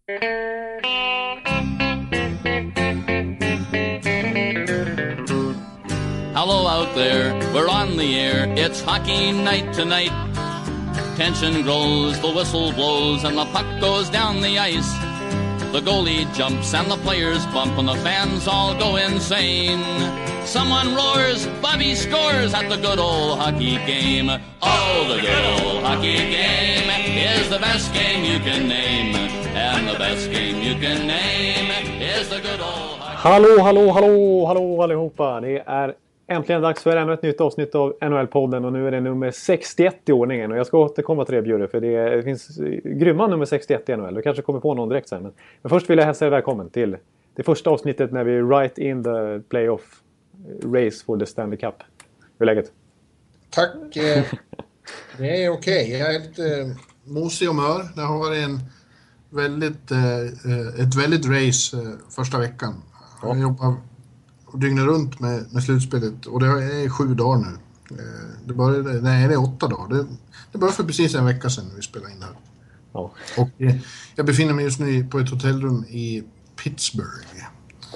Hello out there, we're on the air, it's hockey night tonight. Tension grows, the whistle blows, and the puck goes down the ice. The goalie jumps and the players bump and the fans all go insane. Someone roars, Bobby scores at the good old hockey game. Oh, the good old hockey game is the best game you can name. And the best game you can name is the good old hockey. Hallå allihopa. Det är äntligen dags för ännu ett nytt avsnitt av NHL-podden och nu är det nummer 61 i ordningen. Och jag ska återkomma till det, Bjurre, för det finns grymma nummer 61 i NHL. Du kanske kommer på någon direkt sen. Men först vill jag hälsa er välkommen till det första avsnittet när vi är right in the playoff race for the Stanley Cup. Hur är läget? Tack. Det är okej. Jag är lite mosig och mör. Det har varit ett väldigt race första veckan. Jag jobbar dygnet runt med slutspelet och det är 7 dagar nu. Det är 8 dagar. Det började för precis en vecka sedan när vi spelade in det här. Ja. Och jag befinner mig just nu på ett hotellrum i Pittsburgh.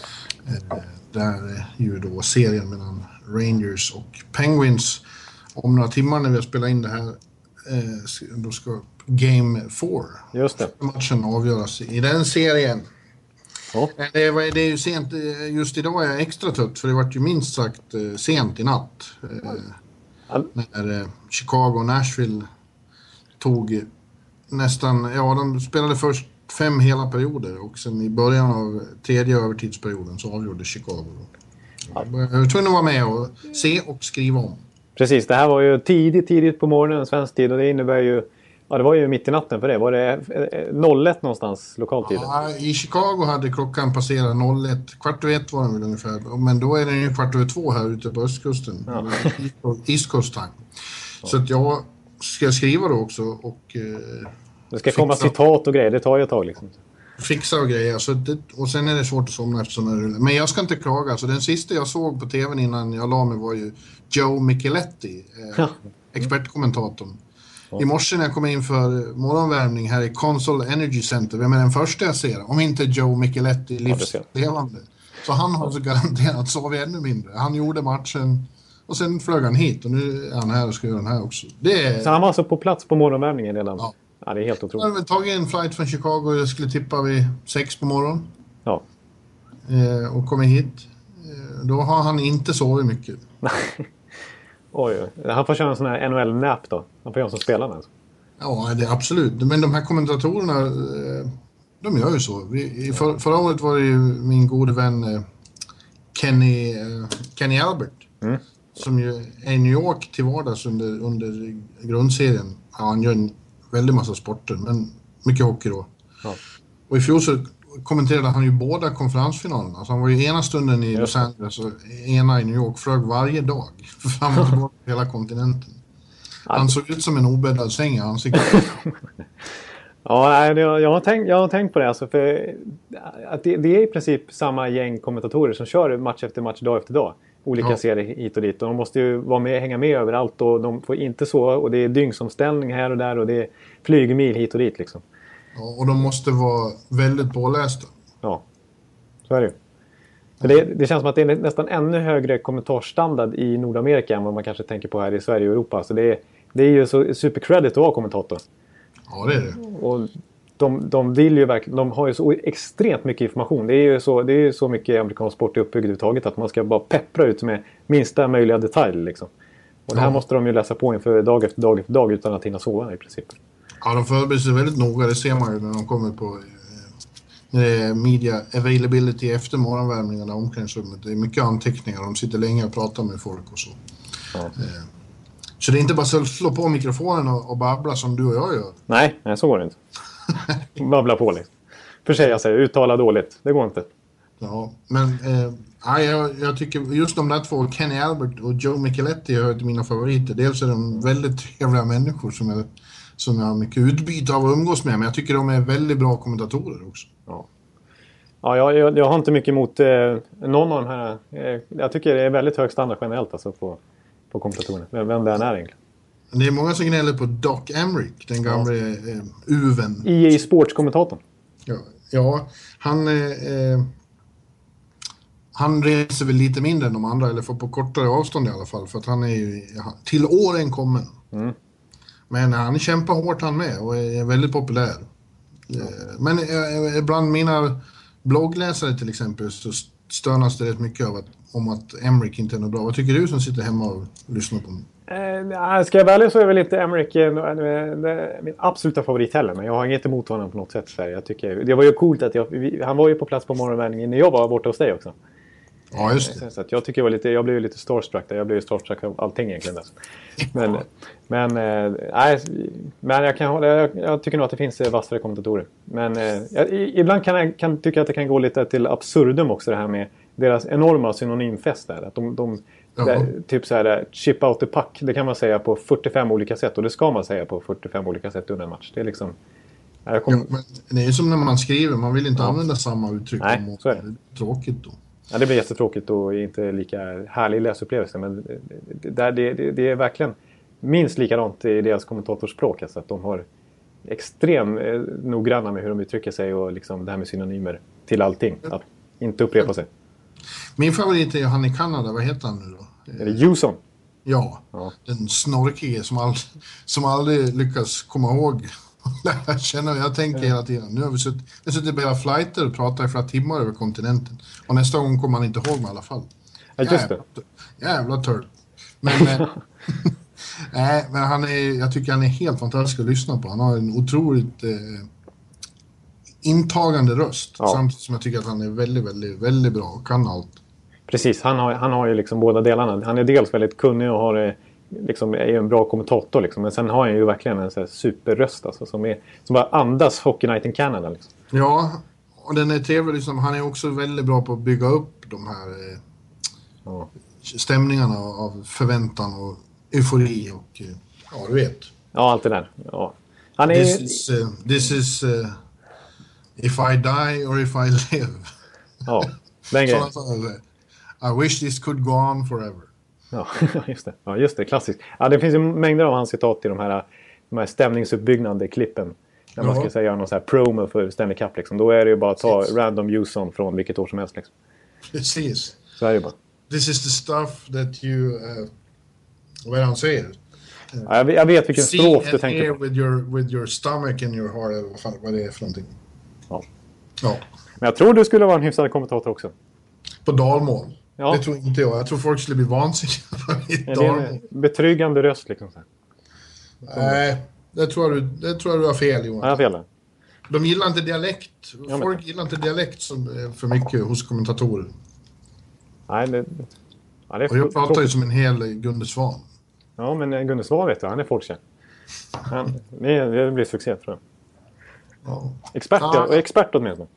Där ju då serien mellan Rangers och Penguins om några timmar när vi har spelat in det här då ska Game 4. Just det. Matchen avgöras i den serien. Ja. Det är ju sent, just idag är jag extra trött för det var ju minst sagt sent i natt. När Chicago och Nashville tog nästan, de spelade först 5 hela perioder och sen i början av tredje övertidsperioden så avgjorde Chicago. Jag var tvungen att vara med och se och skriva om. Precis, det här var ju tidigt på morgonen svensk tid och det innebär ju, det var ju mitt i natten för det. Var det 01 någonstans lokaltiden? Ja, i Chicago hade klockan passerat 01, 12:15 var den väl ungefär. Men då är den ju 12:15 här ute på östkusten. Ja. East Coast time. Ja. Så att jag ska skriva då också och det ska komma citat och grejer, det tar ju ett tag liksom. Fixa och grejer, och sen är det svårt att somna eftersom men jag ska inte klaga, så den sista jag såg på tvn innan jag la mig var ju Joe Micheletti, expertkommentatorn. Ja. I morse när jag kom in för morgonvärmning här i Consol Energy Center, vem är den första jag ser? Om inte Joe Micheletti livslevande. Så han har så garanterat sovit ännu mindre. Han gjorde matchen och sen flög han hit och nu är han här och ska göra den här också. Så han var alltså på plats på morgonvärmningen redan? Ja, det är helt otroligt. Jag har tagit en flight från Chicago och jag skulle tippa vid 6 på morgonen. Ja. Och kommit hit. Då har han inte sovit mycket. Oj, han får köra en sån här NHL-nap då. Han får göra som spelarna alltså. Ja, det är absolut. Men de här kommentatorerna, de gör ju så. Förra året var det ju min gode vän Kenny Albert. Som ju är i New York till vardags under grundserien. Ja, han gör en väldigt massa sporter, men mycket hockey då. Ja. Och i fjol så kommenterade han ju båda konferensfinalerna. Så han var ju ena stunden i Los Angeles och ena i New York, flög varje dag fram och tillbaka hela kontinenten. Han såg ut som en obäddad säng i ansiktet. Ja, jag har tänkt på det alltså, för att det är i princip samma gäng kommentatorer som kör match efter match, dag efter dag. Olika serier hit och dit. Och de måste ju vara med, hänga med överallt och de får inte sova. Och det är dygnsomställning här och där och det är flygmil hit och dit liksom. Ja, och de måste vara väldigt pålästa. Ja, så är det ju. För det känns som att det är nästan ännu högre kommentarsstandard i Nordamerika än vad man kanske tänker på här i Sverige och Europa. Så det är ju så supercredit att vara kommentator. Ja, det är det. Och de vill ju verkligen, de har ju så extremt mycket information. Det är ju så mycket amerikansk sport uppbyggd överhuvudtaget att man ska bara peppra ut med minsta möjliga detalj liksom. Och det här måste de ju läsa på inför dag efter dag utan att hinna sova i princip. Ja, de förbereder sig väldigt noga, det ser man ju när de kommer på när det är media availability efter morgonvärmningarna i omklädningsrummet. Det är mycket anteckningar, de sitter länge och pratar med folk och så. Ja. Så det är inte bara att slå på mikrofonen och babbla som du och jag gör. Nej, så går det inte. Babbla på liksom. Försäga sig, uttala dåligt. Det går inte. Ja, men jag tycker just de där två, Kenny Albert och Joe Micheletti, hör till mina favoriter. Dels är de väldigt trevliga människor som jag har mycket utbyte av att umgås med. Men jag tycker de är väldigt bra kommentatorer också. Ja, jag har inte mycket emot någon av de här. Jag tycker det är väldigt hög standard generellt alltså på kommentatorerna. Vem det än är egentligen. Det är många som gnäller på Doc Emrick, den gamla uven. EA Sports-kommentatorn. Ja, han reser väl lite mindre än de andra, eller får på kortare avstånd i alla fall, för att han är ju till åren kommen. Men han kämpar hårt han med och är väldigt populär. Men bland mina bloggläsare till exempel så stönas det rätt mycket om att Emmerich inte är något bra. Vad tycker du som sitter hemma och lyssnar på mig? Ska jag vara ärlig så är väl inte Emmerich min absoluta favorit heller. Men jag har inget emot honom på något sätt. Så jag tycker, det var ju coolt att han var ju på plats på morgonvändningen när jag var borta hos dig också. Ja, just det. Så att jag tycker jag blev lite starstruck där. Jag blev starstruck av allting egentligen. Men jag tycker nog att det finns vassare kommentatorer. Men ibland kan tycka att det kan gå lite till absurdum också, det här med deras enorma synonymfest där. Att typ så här, chip out the puck, det kan man säga på 45 olika sätt. Och det ska man säga på 45 olika sätt under en match. Det är liksom... men det är ju som när man skriver, man vill inte använda samma uttryck. Nej, så är det. Tråkigt då. Ja, det blir jättetråkigt och inte lika härlig läsupplevelse. Men det är verkligen minst likadant i deras kommentatorspråk. Alltså att de har extremt noggranna med hur de uttrycker sig och liksom det här med synonymer till allting. Att inte upprepa sig. Min favorit är han i Kanada. Vad heter han nu då? Är det Juson? Ja, den snorkige som aldrig lyckas komma ihåg. Jag tänker hela tiden. Nu har vi suttit på hela flighter och pratat i flera timmar över kontinenten. Och nästa gång kommer man inte ihåg med i alla fall. Ja, just det. Jävla törd. Men, men jag tycker han är helt fantastisk att lyssna på. Han har en otroligt intagande röst. Ja. Samtidigt som jag tycker att han är väldigt, väldigt, väldigt bra och kan allt. Precis, han har ju liksom båda delarna. Han är dels väldigt kunnig och är en bra kommentator liksom. Men sen har han ju verkligen en så här superröst alltså, som bara andas Hockey Night in Canada liksom. Ja, och den är trevlig liksom. Han är också väldigt bra på att bygga upp de här stämningarna av förväntan och eufori och du vet. Ja, allt det där. Ja. Han är this is if I die or if I live. Ja, den grejen. I wish this could go on forever. Ja, just det. Klassiskt. Ja, det finns ju mängder av hans citat i de här stämningsuppbyggnande klippen. När man ska säga någon så här promo för Stanley Cup. Liksom. Då är det ju bara att ta random Juson från vilket år som helst. Liksom. Precis. Så är det bara. This is the stuff that you... vad är han säger? Ja, jag vet vilken strof du tänker på. With your stomach and your heart. Vad det är för någonting. Ja. Men jag tror du skulle vara en hyfsad kommentator också. På dalmål. Ja. Det tror inte jag. Jag tror folk skulle bli vansinniga på mitt dalmål. Det är en betryggande röst liksom. Nej, det tror jag du har fel, Johan. Jag har fel. De gillar inte dialekt. Folk gillar inte dialekt för mycket hos kommentatorer. Nej, det är och jag pratar ju som en hel Gunde Svan. Ja, men Gunde Svan vet du, han är folkkänd. Det blir succé, tror jag. Ja. Expert åtminstone.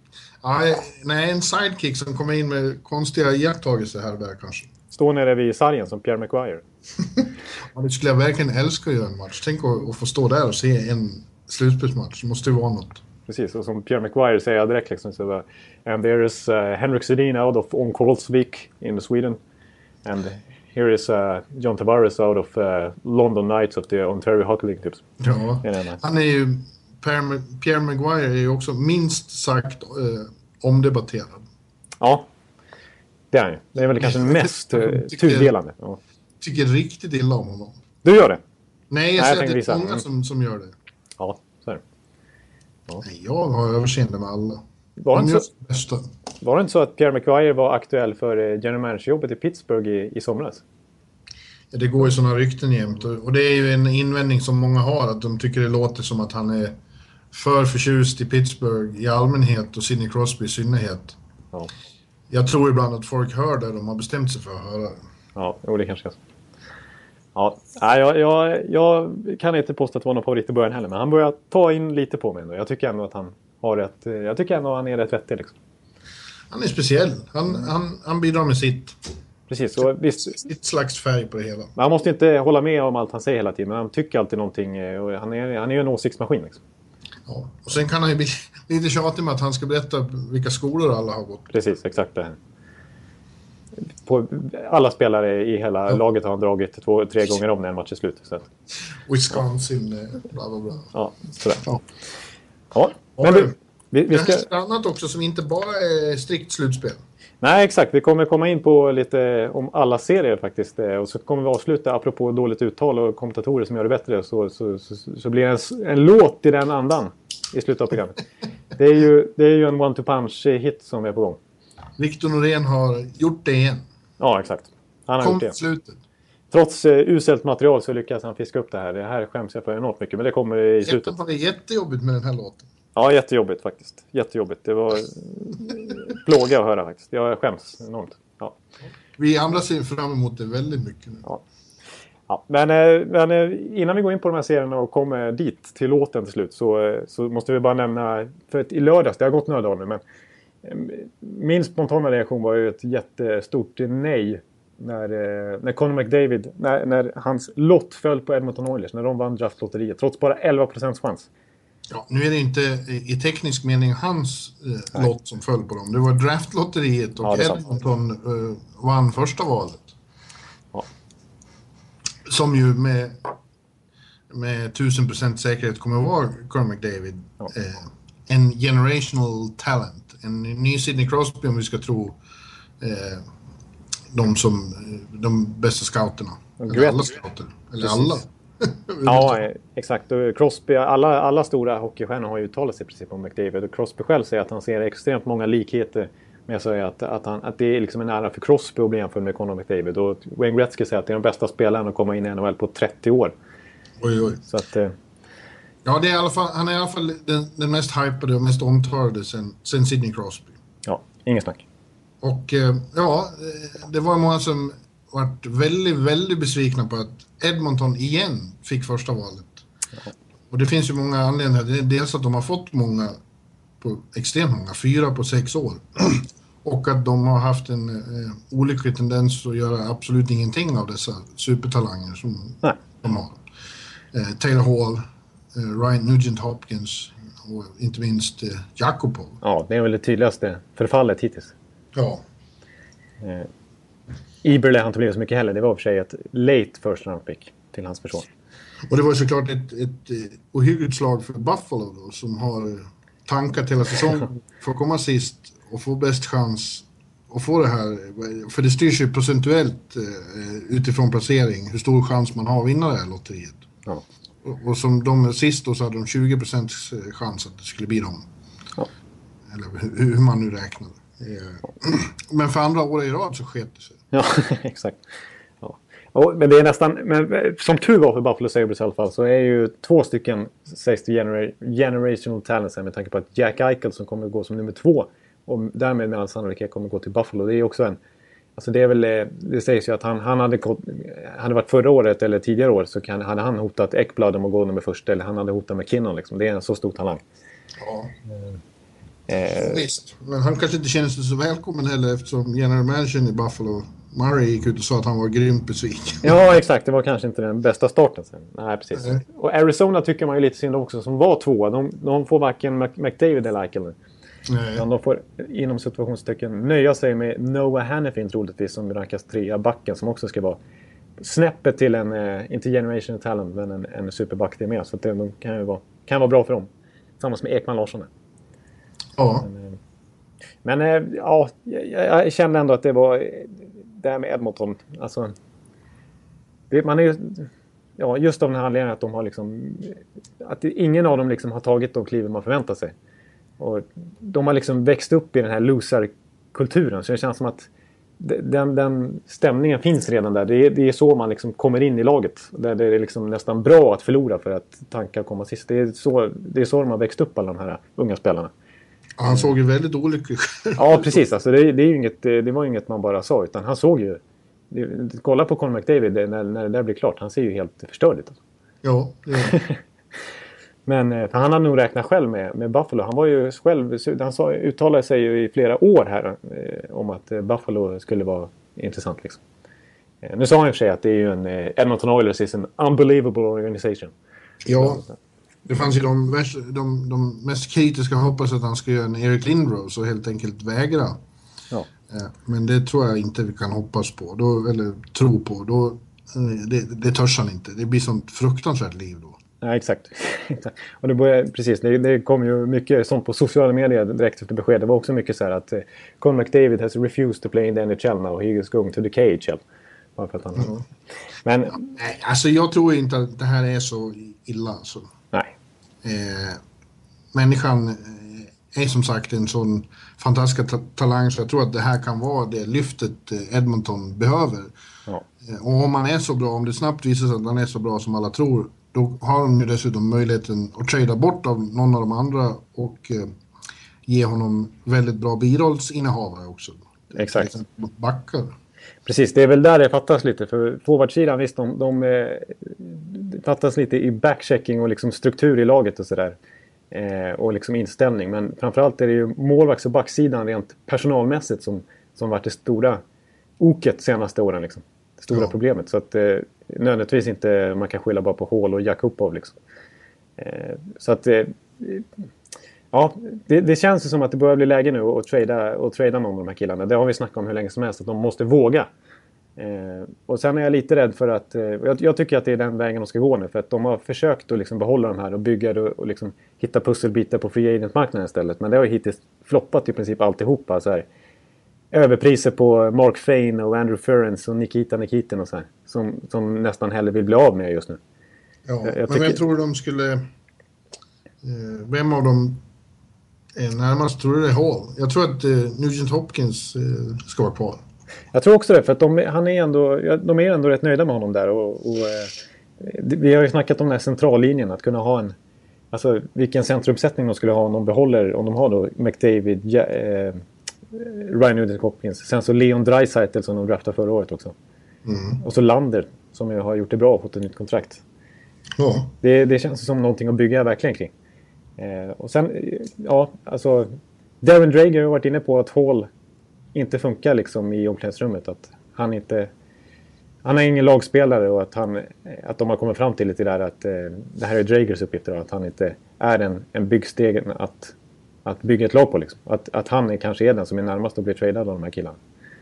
Nej, en sidekick som kommer in med konstiga iakttagelser här och där kanske. Stå nere vid sargen som Pierre McGuire. Ja, det skulle jag verkligen älska att göra en match. Tänk att få stå där och se en slutspelsmatch. Det måste ju vara något. Precis, och som Pierre McGuire säger direkt liksom, så and there is Henrik Sedin out of Onkolsvik in Sweden. And here is John Tavares out of London Knights of the Ontario Hockey League. Typ. Ja, han är ju... Pierre Maguire är ju också minst sagt omdebatterad. Ja, det är han ju. Det är väl kanske mest tudelande. Jag tycker riktigt illa om honom. Du gör det? Nej, jag säger att det är många som gör det. Ja, så är det. Ja. Nej, jag har överseende med alla. Var det inte så att Pierre McGuire var aktuell för general manager-jobbet i Pittsburgh i somras? Ja, det går ju sådana rykten jämt. Och det är ju en invändning som många har. Att de tycker det låter som att han är för förtjust i Pittsburgh i allmänhet och Sidney Crosby i synnerhet. Ja. Jag tror ibland att folk hör det de har bestämt sig för att höra. Ja, det kanske är så. Ja, jag kan inte påstå att det var någon favorit i början heller. Men han börjar ta in lite på mig ändå. Jag tycker ändå att han har rätt. Jag tycker ändå att han är rätt vettig liksom. Han är speciell. Han bidrar med sitt. Precis, och visst, sitt slags färg på det hela. Man måste inte hålla med om allt han säger hela tiden. Men han tycker alltid någonting. Och han är ju en åsiktsmaskin liksom. Ja, och sen kan han ju bli lite tjatig med att han ska berätta vilka skolor alla har gått. Precis, exakt det här. På alla spelare i hela laget har han dragit 2-3 gånger om när en match är slut. Så. Wisconsin, bla bla bla. Ja, sådär. Ja. Men Vi ska... Det är annat också som inte bara är strikt slutspel. Nej, exakt. Vi kommer komma in på lite om alla serier faktiskt. Och så kommer vi avsluta, apropå dåligt uttal och kommentatorer som gör det bättre, så blir det en låt i den andan i slutet av programmet. Det är ju en one-to-punch-hit som är på gång. Victor Norén har gjort det igen. Ja, exakt. Han har gjort det. Slutet. Trots uselt material så lyckas han fiska upp det här. Det här skäms jag för enormt mycket, men det kommer i slutet. Det är jättejobbigt med den här låten. Ja, jättejobbigt faktiskt. Jättejobbigt. Det var plåga att höra faktiskt. Jag skäms enormt. Ja. Vi andra ser fram emot det väldigt mycket nu. Ja. Ja, men innan vi går in på de här serierna och kommer dit till låten till slut så måste vi bara nämna, för att i lördags, det har gått några dagar nu, men min spontana reaktion var ju ett jättestort nej när Conor McDavid, när hans lott föll på Edmonton Oilers, när de vann draftlotteriet, trots bara 11% chans. Ja, nu är det inte i teknisk mening hans lott som föll på dem. Det var draftlotteriet och Edmonton vann första valet. Ja. Som ju med 1000% säkerhet kommer att vara Conor McDavid. Ja. En generational talent. En ny Sidney Crosby om vi ska tro de bästa scouterna. Eller alla scouter. Eller alla. Ja, exakt. Och Crosby, alla stora hockeystjärnor har ju uttalat sig i princip om McDavid. Och Crosby själv säger att han ser extremt många likheter med att säga att det är liksom en ära för Crosby att bli jämförd med Conor McDavid. Och Wayne Gretzky säger att det är de bästa spelarna att komma in i NHL på 30 år. Oj. Så att, ja, det är i alla fall, han är i alla fall den mest hypade och mest omtalade sen Sidney Crosby. Ja, ingen snack. Och det var många som varit väldigt, väldigt besvikna på att Edmonton igen fick första valet. Ja. Och det finns ju många anledningar. Dels att de har fått extremt många, 4 på 6 år. Och att de har haft en olycklig tendens att göra absolut ingenting av dessa supertalanger som de har. Taylor Hall, Ryan Nugent-Hopkins och inte minst Jakubov. Ja, det är väl det tydligaste förfallet hittills. Ja. Eberle han tog inte så mycket heller. Det var för sig ett late first round pick till hans försvar. Och det var såklart ett ohyggligt slag för Buffalo då, som har tankat hela säsongen för att komma sist och få bäst chans att få det här. För det styrs ju procentuellt utifrån placering hur stor chans man har att vinna det här lotteriet. Ja. Och som de sist då så hade de 20% chans att det skulle bli dem. Ja. Eller hur man nu räknar. Men för andra år i rad så sket det sig. Ja, exakt. Ja. Men det är nästan, men som tur var för Buffalo Sabres i alla fall, så är ju 2 stycken sägs generational talents med tanke på att Jack Eichel som kommer att gå som nummer 2 och därmed med all sannolikhet kommer att gå till Buffalo. Det är också en, alltså det är väl, det sägs ju att han hade varit förra året eller tidigare år så hade han hotat Ekblad om att gå nummer först, eller han hade hotat McKinnon liksom. Det är en så stor talang. Ja. Visst, men han kanske inte känner sig så välkommen heller eftersom general managern i Buffalo, Murray, gick ut och sa att han var grymt besviken. Ja, exakt. Det var kanske inte den bästa starten sen. Nej, precis. Nej. Och Arizona tycker man ju lite synd också som var 2. De får varken McDavid eller Eichel nu. De får inom situationstecken nöja sig med Noah Hannafin troligtvis som rankas 3 backen som också ska vara snäppet till en, inte generation talent men en superback det med. Så att de kan vara bra för dem. Tillsammans med Ekman Larsson. Ja. Men ja, jag kände ändå att det var det här med Edmonton. Alltså, man är ju, ja, just av den här anledningen att de har liksom, att ingen av dem liksom har tagit de kliven man förväntar sig. Och de har liksom växt upp i den här loser-kulturen. Så det känns som att den stämningen finns redan där. Det är så man liksom kommer in i laget. Där det är liksom nästan bra att förlora för att tanka komma sist. Det är så de har växt upp alla de här unga spelarna. Han såg ju väldigt olycklig. Ja, precis. Alltså, det är ju inget, det var inget man bara sa. Utan han såg ju... Kolla på Conor McDavid när det där blir klart. Han ser ju helt förstörd ut. Alltså. Ja, det är. Men för han hade nog räknat själv med Buffalo. Han var ju själv... Han uttalade sig ju i flera år här om att Buffalo skulle vara intressant. Liksom. Nu sa han i och för sig att det är ju en... Edmonton Oilers is an unbelievable organization. Ja. Det fanns ju de mest kritiska hoppas att han ska göra en Eric Lindros och helt enkelt vägra. Ja. Men det tror jag inte vi kan hoppas på. Eller tro på. Det törs han inte. Det blir sånt fruktansvärt liv då. Ja, exakt. Och det kom ju mycket sånt på sociala medier direkt efter besked. Det var också mycket så här att Conor McDavid has refused to play in the NHL now. He is going to the KHL. Bara för att han... Men... Alltså jag tror inte att det här är så illa. Alltså. Nej. Människan är som sagt en sån fantastisk talang, så jag tror att det här kan vara det lyftet Edmonton behöver. Ja. Och om han är så bra, om det snabbt visar sig att han är så bra som alla tror, då har de ju dessutom möjligheten att trada bort av någon av de andra och ge honom väldigt bra birollsinnehavare också. Exakt. Backar. Precis, det är väl där det fattas lite. För forwardsidan, visst, de fattas lite i backchecking och liksom struktur i laget och sådär. Och liksom inställning. Men framförallt är det ju målvakts- och backsidan rent personalmässigt som varit det stora oket senaste åren. Liksom. Det stora problemet. Så att nödvändigtvis inte man kan skylla bara på Hall och Jakubov. Liksom. Så att ja, det känns ju som att det börjar bli läge nu att trada någon av de här killarna. Det har vi snackat om hur länge som helst, att de måste våga. Och sen är jag lite rädd för att jag tycker att det är den vägen de ska gå nu, för att de har försökt att liksom behålla de här och bygga och liksom hitta pusselbitar på free agent-marknaden istället, men det har ju hittills floppat i princip alltihopa så här. Överpriser på Mark Fane och Andrew Ference och Nikitin och så här, som nästan hellre vill bli av med just nu. Ja, men jag tror de skulle vem av dem är närmast, tror du det är Hall? Jag tror att Nugent Hopkins ska vara kvar. Jag tror också det, för att de är ändå rätt nöjda med honom där. Och vi har ju snackat om den här centrallinjen, att kunna ha alltså vilken centrumsättning de skulle ha om de har då McDavid, Ryan Nugent Hopkins. Sen så Leon Draisaitl som de draftade förra året också. Mm. Och så Lander som ju har gjort det bra och fått ett nytt kontrakt. Ja. Det känns som någonting att bygga verkligen kring. Och sen, ja, alltså Darren Dreger har varit inne på att Hall inte funkar liksom i omklädningsrummet, att han är ingen lagspelare och att de har kommit fram till lite där att det här är Dragers uppgifter och att han inte är en byggsteg att bygga ett lag på liksom. Att han kanske är den som är närmast att bli tradad av de här killarna.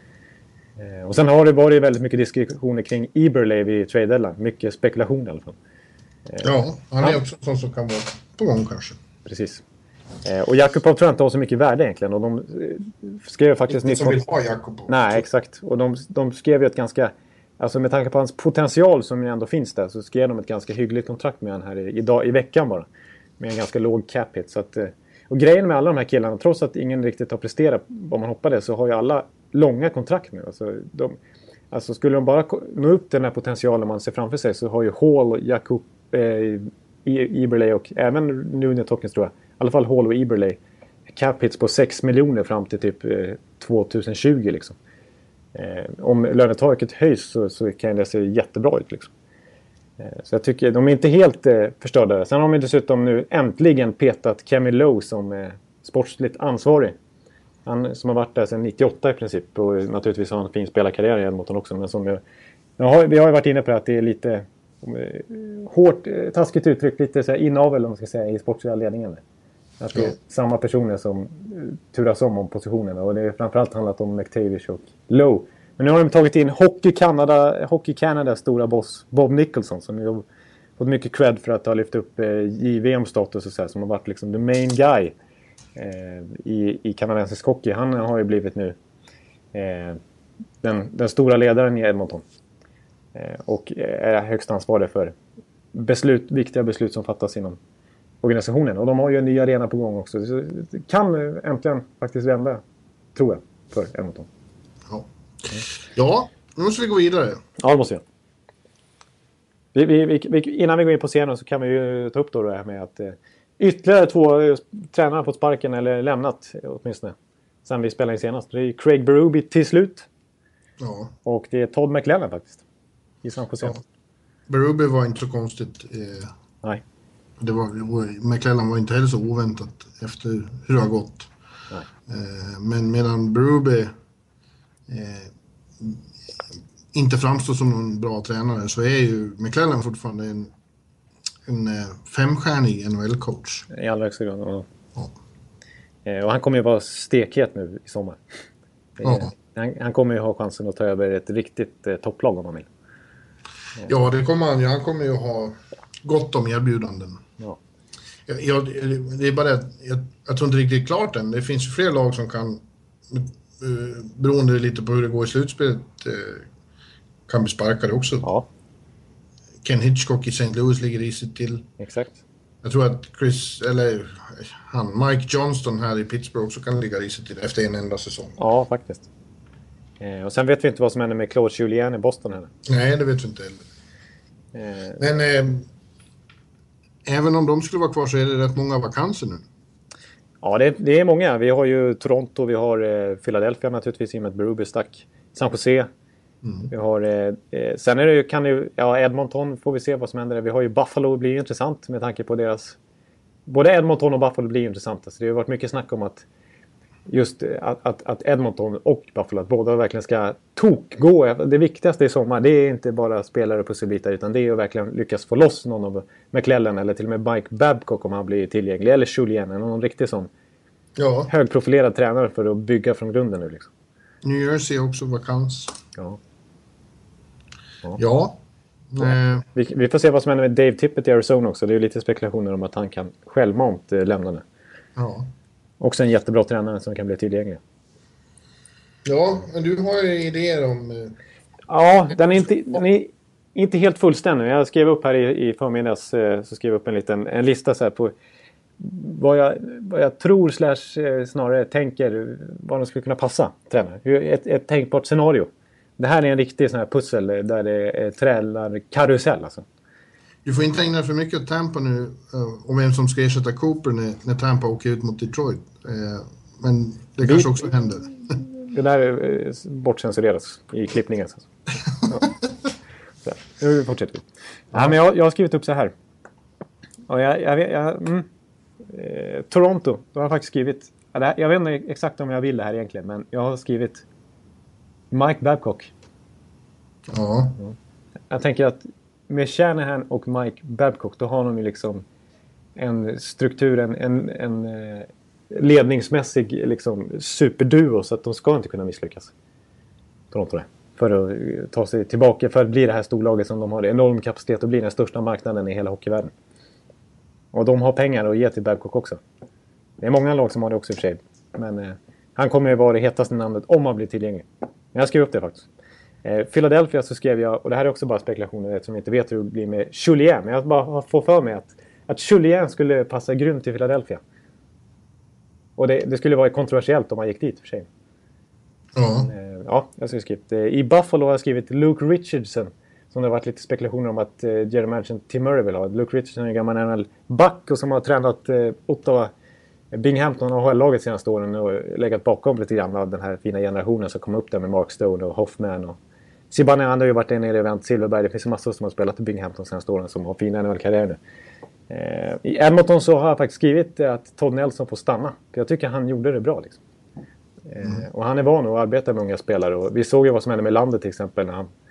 Och sen har det varit väldigt mycket diskussioner kring Eberle vid trade deadline, mycket spekulation i alla fall. Ja, han är också sån som kan vara på gång kanske. Precis. Och Jakubov tror jag inte har så mycket värde egentligen. Och de skrev faktiskt... Inte som vill ha Jakubov. Nej, exakt. Och de skrev ju ett ganska... Alltså med tanke på hans potential som ju ändå finns där, så skrev de ett ganska hyggligt kontrakt med han här i veckan bara. Med en ganska låg cap hit. Så att, och grejen med alla de här killarna, trots att ingen riktigt har presterat vad man hoppades, så har ju alla långa kontrakt nu. Alltså skulle de bara nå upp till den här potentialen man ser framför sig, så har ju Hall och Jakub... Eberle och även Nugent Hopkins tror jag. I alla fall Hall och Eberle. Cap hits på 6 miljoner fram till typ 2020 liksom. Om lönetaket höjs så kan det se jättebra ut liksom. Så jag tycker de är inte helt förstörda. Sen har de dessutom nu äntligen petat Kemi Lowe som sportsligt ansvarig. Han som har varit där sedan 98 i princip, och naturligtvis har han en fin spelarkarriär i Edmonton också, men som vi har ju varit inne på att det är lite hårt, taskigt uttryck, lite så här inavel om man ska säga i sportsliga ledningen. Att det är samma personer som turas om positionerna, och det är framförallt handlat om McTavish och Lowe. Men nu har de tagit in Hockey Canada stora boss Bob Nicholson, som har fått mycket cred för att ha lyft upp JVM-status och så här, som har varit liksom the main guy i kanadensisk hockey. Han har ju blivit nu den stora ledaren i Edmonton. Och är högst ansvarig för viktiga beslut som fattas inom organisationen. Och de har ju en ny arena på gång också. Så det kan äntligen faktiskt vända, tror jag, för Edmonton. Ja, nu måste vi gå vidare. Ja, det måste vi. Innan vi går in på scenen så kan vi ju ta upp då det här med att ytterligare 2 tränare har fått sparken eller lämnat åtminstone sen vi spelade in senast. Det är Craig Berube till slut. Ja. Och det är Todd McLellan faktiskt. I San Jose. Ja. Berube var inte så konstigt. Nej. McLellan var inte heller så oväntat efter hur det har gått. Men medan Berube inte framstår som en bra tränare, så är ju McLellan fortfarande en 5-stjärnig NHL-coach. I allra högsta grad. Ja. Och han kommer ju vara stekhet nu i sommar. Han kommer ju ha chansen att ta över ett riktigt topplag om han vill. Ja, det kommer han. Han kommer ju ha gott om erbjudanden. Ja. Det är bara jag tror inte riktigt klart än. Det finns ju fler lag som kan, beroende lite på hur det går i slutspelet, kan bli sparkade också. Ja. Ken Hitchcock i St. Louis ligger risigt till. Exakt. Jag tror att Mike Johnston här i Pittsburgh också kan ligga risigt till efter en enda säsong. Ja, faktiskt. Och sen vet vi inte vad som händer med Claude Julien i Boston heller. Nej, det vet vi inte heller. Men även om de skulle vara kvar så är det rätt många vakanser nu. Ja, det är många. Vi har ju Toronto, vi har Philadelphia naturligtvis i och med att Berube stack. San Jose. Vi har, sen är det ju, Edmonton får vi se vad som händer där. Vi har ju Buffalo, blir intressant med tanke på deras... Både Edmonton och Buffalo blir intressanta. Så det har varit mycket snack om att just att Edmonton och Buffalo, att båda verkligen ska tokgå. Det viktigaste i sommar, det är inte bara spelare och pusselbitar, utan det är att verkligen lyckas få loss någon av McLellan eller till och med Mike Babcock om han blir tillgänglig. Eller Julien, någon riktig sån högprofilerad tränare för att bygga från grunden nu liksom. New Jersey är också vakans. Ja. Vi får se vad som händer med Dave Tippett i Arizona också. Det är ju lite spekulationer om att han kan självmant lämna det. Ja. Också en jättebra tränare som kan bli tillgänglig. Ja, men du har ju idéer om... Ja, den är inte helt fullständig. Jag skrev upp här i förmiddags, så skrev jag upp en lista så här på vad jag tror snarare tänker vad de skulle kunna passa tränare. Ett tänkbart scenario. Det här är en riktig sån här pussel där det trällar karusell alltså. Du får inte ägna för mycket åt Tampa nu om vem som ska ersätta Cooper när Tampa åker ut mot Detroit. Men det kanske också händer. Det där bortcensureras i klippningen. Alltså. Så, nu fortsätter vi. Ja, men jag har skrivit upp så här. Och Toronto, då har jag faktiskt skrivit... Jag vet inte exakt om jag vill det här egentligen, men jag har skrivit Mike Babcock. Ja. Jag tänker att med Shanahan och Mike Babcock, då har de ju liksom en struktur, en ledningsmässig liksom superduo, så att de ska inte kunna misslyckas. Toronto det. För att ta sig tillbaka, för att bli det här storlaget som de har enorm kapacitet och bli den största marknaden i hela hockeyvärlden. Och de har pengar att ge till Babcock också. Det är många lag som har det också i och för sig. Men han kommer ju vara det hetaste namnet om han blir tillgänglig. Men jag skrev upp det faktiskt. Philadelphia så skrev jag, och det här är också bara spekulationer eftersom jag inte vet hur det blir med Julien. Men jag bara får för mig att Julien skulle passa grymt till Philadelphia. Och det skulle vara kontroversiellt om han gick dit för sig. Ja. Ja, jag skulle skrivit. I Buffalo har jag skrivit Luke Richardson. Som det har varit lite spekulationer om att general manager Tim Murray vill ha. Luke Richardson är en gammal NHL-back och som har tränat Ottawa, Binghamton och AHL-laget senaste åren och legat bakom lite grann av den här fina generationen som kom upp där med Mark Stone och Hoffman och Zibanejad har ju varit nere i event Silverberg. Det finns en massa som har spelat i Binghamton senaste åren som har fina NHL-karriärer nu. I Edmonton så har jag faktiskt skrivit att Todd Nelson får stanna. För jag tycker han gjorde det bra liksom. Och han är van att arbeta med unga spelare. Och vi såg ju vad som hände med landet till exempel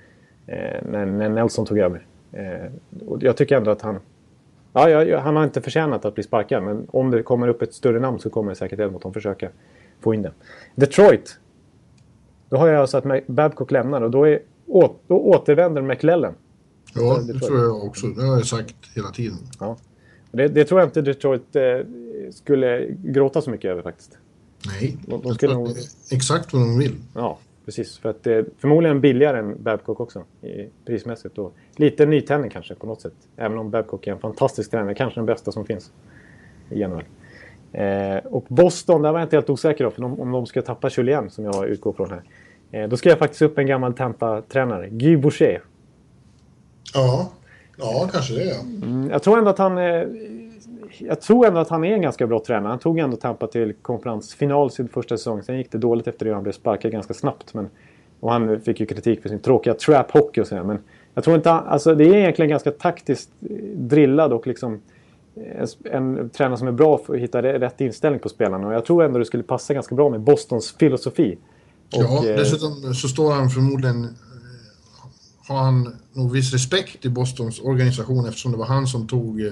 när Nelson tog över. Och jag tycker ändå att han har inte förtjänat att bli sparkad. Men om det kommer upp ett större namn så kommer säkert Edmonton försöka få in det. Detroit. Då har jag alltså att Babcock lämnar och då återvänder McLellan. Ja, det tror jag också. Det har jag sagt hela tiden. Ja. Det tror jag inte Detroit skulle gråta så mycket över faktiskt. Nej, de skulle nog... exakt vad de vill. Ja, precis. För att det är förmodligen billigare än Babcock också prismässigt. Och lite nytändning kanske på något sätt. Även om Babcock är en fantastisk tränare. Kanske den bästa som finns i NHL. Och Boston, där var jag inte helt osäker då, för om de ska tappa Julien som jag utgår från här. Då ska jag faktiskt upp en gammal Tampa-tränare. Guy Boucher. Ja, kanske det. Jag tror ändå att han är en ganska bra tränare. Han tog ändå Tampa till konferensfinal sin första säsong. Sen gick det dåligt efter det och han blev sparkad ganska snabbt. Och han fick ju kritik för sin tråkiga trap-hockey och så här. Men jag tror inte... Alltså det är egentligen ganska taktiskt drillad och liksom en tränare som är bra för att hitta rätt inställning på spelarna. Och jag tror ändå det skulle passa ganska bra med Bostons filosofi. Ja, dessutom så står han förmodligen... Har han nog viss respekt i Bostons organisation eftersom det var han som tog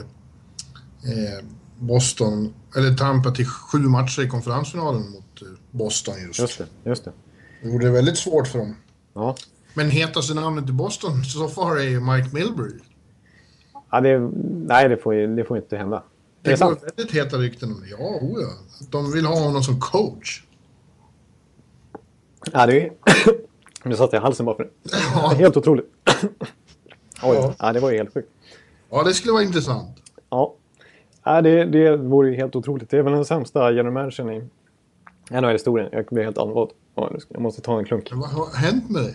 Boston, eller Tampa till 7 matcher i konferensfinalen mot Boston Just det. Det gjorde det väldigt svårt för dem. Ja. Men hetaste namnet i Boston så far är ju Mike Milbury. Ja, nej, det får inte hända. Det går väldigt heta rykten om det. Ja. De vill ha honom som coach. Ja, det är... Nu satt jag i halsen bara för det. Ja. Helt otroligt. Oj, ja, det var ju helt sjukt. Ja, det skulle vara intressant. Ja, det vore ju helt otroligt. Det är väl den sämsta general managern i NHL-historien. Jag blir helt andfådd. Jag måste ta en klunk. Vad har hänt med dig?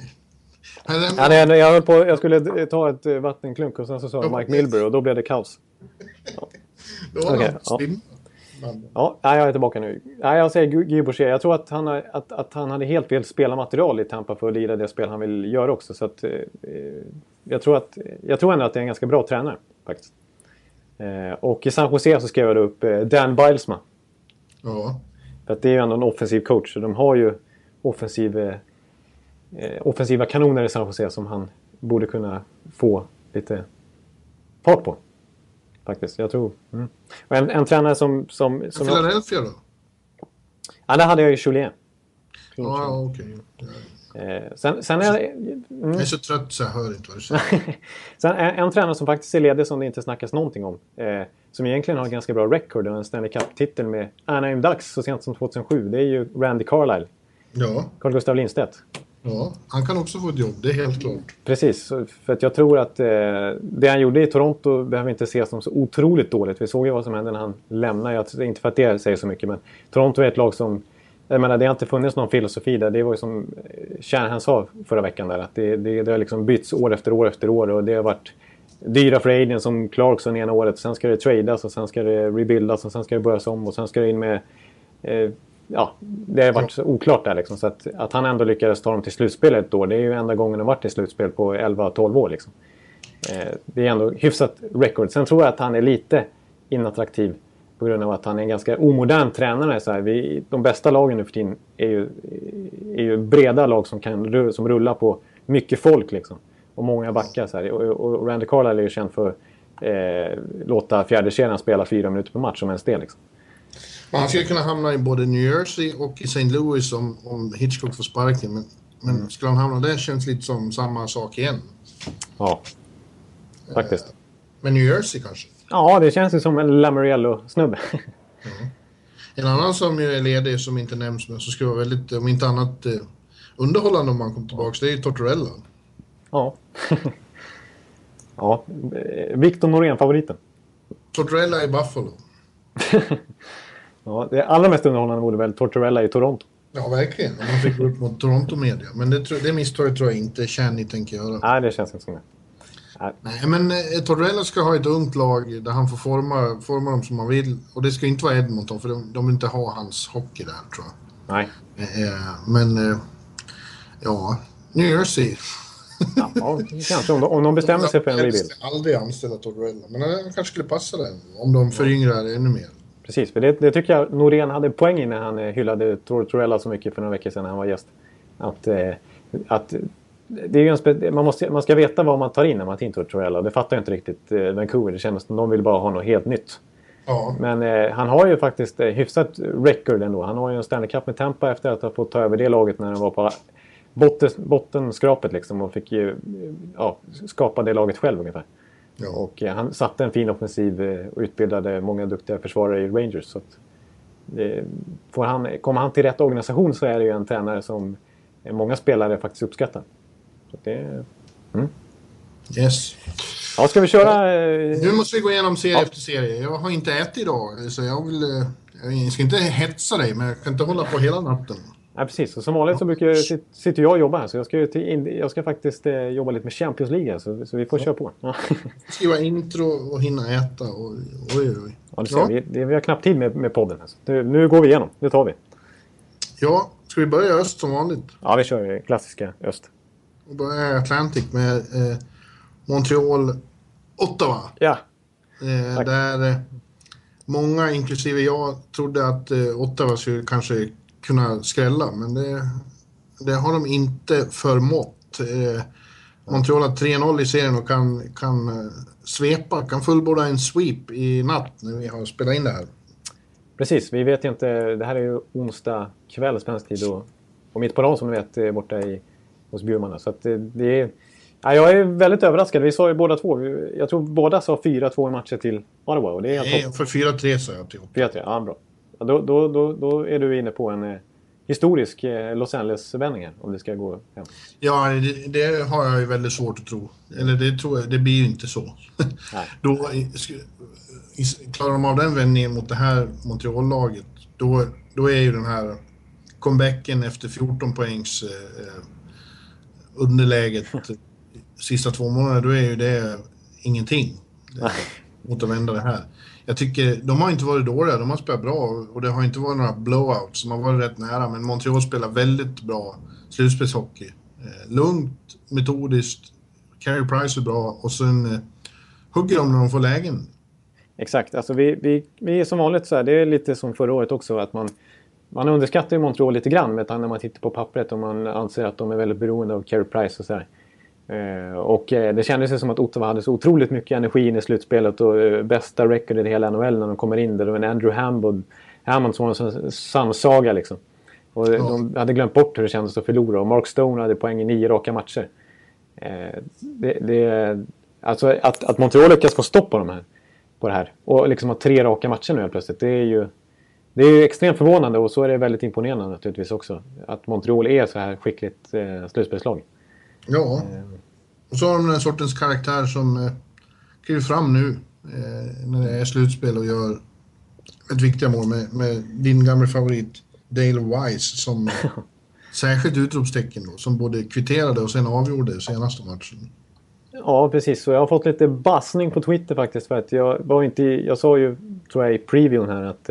Jag skulle ta ett vattenklunk och sen så sa Mike Milbury och då blev det kaos. Ja. Okay, ja, jag är tillbaka nu. Nej, jag säger Guy Boucher. Jag tror att han hade helt fel spelarmaterial i Tampa för att lira det spel han vill göra också. Så att, jag tror ändå att det är en ganska bra tränare faktiskt. Och i San Jose så skrev jag upp Dan Bilesma. Ja. För att det är ju ändå en offensiv coach. Så de har ju offensiva kanoner i San Jose som han borde kunna få lite fart på. Faktiskt, jag tror. Och en tränare som Philadelphia då? Ja, där hade jag ju Julien. Ja, okej. Sen är jag är så trött så jag hör inte vad du säger. Sen en tränare som faktiskt är ledig som det inte snackas någonting om. Som egentligen har ganska bra record och en Stanley Cup-titel med Anaheim Ducks så sent som 2007. Det är ju Randy Carlyle. Ja. Carl Gustav Lindstedt. Ja, han kan också få ett jobb, det är helt klart. Precis, för att jag tror att det han gjorde i Toronto behöver inte ses som så otroligt dåligt. Vi såg ju vad som hände när han lämnade. Inte för att det säger så mycket, men Toronto är ett lag som... Jag menar, det har inte funnits någon filosofi där. Det var ju som Shanahan sa förra veckan där. Att det har liksom bytts år efter år efter år. Och det har varit dyra free agents som Clarkson ena året. Sen ska det tradas och sen ska det rebuildas och sen ska det börjas om. Och sen ska det in med... det har varit så oklart där liksom. Så att han ändå lyckades ta dem till slutspelet då. Det är ju enda gången de varit i slutspel på 11-12 år liksom. Det är ändå hyfsat record. Sen tror jag att han är lite inattraktiv på grund av att han är en ganska omodern tränare. Så här. De bästa lagen nu för tiden är ju breda lag som rullar på mycket folk liksom. Och många backar så här. Och Randy Carlyle är ju känd för låta fjärde kedjan spela 4 minuter per match som en del liksom. Han skulle kunna hamna i både New Jersey och i St. Louis om Hitchcock får sparken. Men skulle han hamna där känns lite som samma sak igen. Ja, faktiskt. Men New Jersey kanske? Ja, det känns ju som en Lamoriello-snubbe. En annan som är ledig som inte nämns men som skulle vara väldigt, om inte annat, underhållande om man kommer tillbaka, det är ju Tortorella. Ja. Ja, Victor Norén-favoriten. Tortorella i Buffalo. Ja, det allra mest underhållande vore väl Tortorella i Toronto. Ja, verkligen. Om man fick gå upp mot Toronto-media. Men det misstaget tror jag inte Channy tänker göra. Nej, det känns inte som det. Nej, men Tortorella ska ha ett ungt lag där han får forma dem som man vill. Och det ska inte vara Edmonton, för de vill inte ha hans hockey där, tror jag. Nej. Men, ja, New Jersey. Ja, kanske om de bestämmer sig för en rebuild. Jag aldrig anställa Tortorella, men han kanske skulle passa den om de föryngrar ännu mer. Precis, för det tycker jag Norén hade poäng i när han hyllade Tortorella så mycket för några veckor sedan när han var gäst. Att det är ju man ska veta vad man tar in när man tar in Tortorella. Det fattar jag inte riktigt Vancouver. Det känns som de vill bara ha något helt nytt. Ja. Men han har ju faktiskt hyfsat record ändå. Han har ju en Stanley Cup med Tampa efter att ha fått ta över det laget när han var på bottenskrapet liksom och fick ju skapa det laget själv ungefär. Ja. Och han satte en fin offensiv och utbildade många duktiga försvarare i Rangers. Så att, kommer han till rätt organisation så är det ju en tränare som många spelare faktiskt uppskattar. Så det, Yes. Ja, ska vi köra... Nu måste vi gå igenom serie efter serie. Jag har inte ätit idag, så jag ska inte hetsa dig, men jag kan inte hålla på hela natten. Ja, precis. Och som vanligt så sitter jag och jobbar här. Så jag ska faktiskt jobba lite med Champions League. Så vi får köra på. Ja. Skriva intro och hinna äta. Oj. Ja, vi har knappt tid med podden. Alltså. Nu går vi igenom. Det tar vi. Ja, ska vi börja öst som vanligt? Ja, vi kör klassiska öst. Vi börjar Atlantic med Montreal, Ottawa. Ja. Där många, inklusive jag, trodde att Ottawa skulle kanske kunna skrälla, men det har de inte förmått. Montreal har 3-0 i serien och kan svepa, kan fullborda en sweep i natt när vi har spelat in det här. Precis, vi vet ju inte, det här är ju onsdag kväll svensk tid och mitt på dagen som ni vet borta hos Bjurman. Så att Ja, jag är väldigt överraskad. Vi sa ju båda två. Jag tror båda sa 4-2 i matcher till Ottawa. Och det är Nej, för 4-3 sa jag till. 4-3, ja bra. Ja, då är du inne på en historisk Los Angeles-vändning här, om det ska gå hem. Ja, det har jag ju väldigt svårt att tro. Eller det tror jag, det blir ju inte så. Då klarar de av den vändningen mot det här Montreal-laget, då är ju den här comebacken efter 14 poängs underläget sista 2 månaderna, då är ju det ingenting mot att vända det här. Jag tycker, de har inte varit dåliga, de har spelat bra och det har inte varit några blowouts som har varit rätt nära, men Montreal spelar väldigt bra slutspelshockey. Lugnt, metodiskt, Carey Price är bra och sen hugger de när de får lägen. Exakt, alltså vi är som vanligt så här, det är lite som förra året också, att man underskattar ju Montreal lite grann när man tittar på pappret och man anser att de är väldigt beroende av Carey Price och så här. Och det kändes ju som att Ottawa hade så otroligt mycket energi in i slutspelet och bästa record i hela NHL när de kommer in där. Det var en Andrew Hammond som var en samsaga liksom. Och de hade glömt bort hur det kändes att förlora. Och Mark Stone hade poäng i 9 raka matcher. Alltså att Montreal lyckas få stopp på det här. Och liksom ha 3 raka matcher nu helt plötsligt. Det är ju extremt förvånande och så är det väldigt imponerande naturligtvis också. Att Montreal är så här skickligt slutspelslag. Ja, och så har de den sortens karaktär som kliver fram nu när det är slutspel och gör ett viktiga mål med din gamla favorit Dale Weiss som särskilt utropstecken då, som både kvitterade och sen avgjorde senaste matchen. Ja, precis. Så jag har fått lite bassning på Twitter faktiskt för att jag sa ju, tror jag, i previewn här att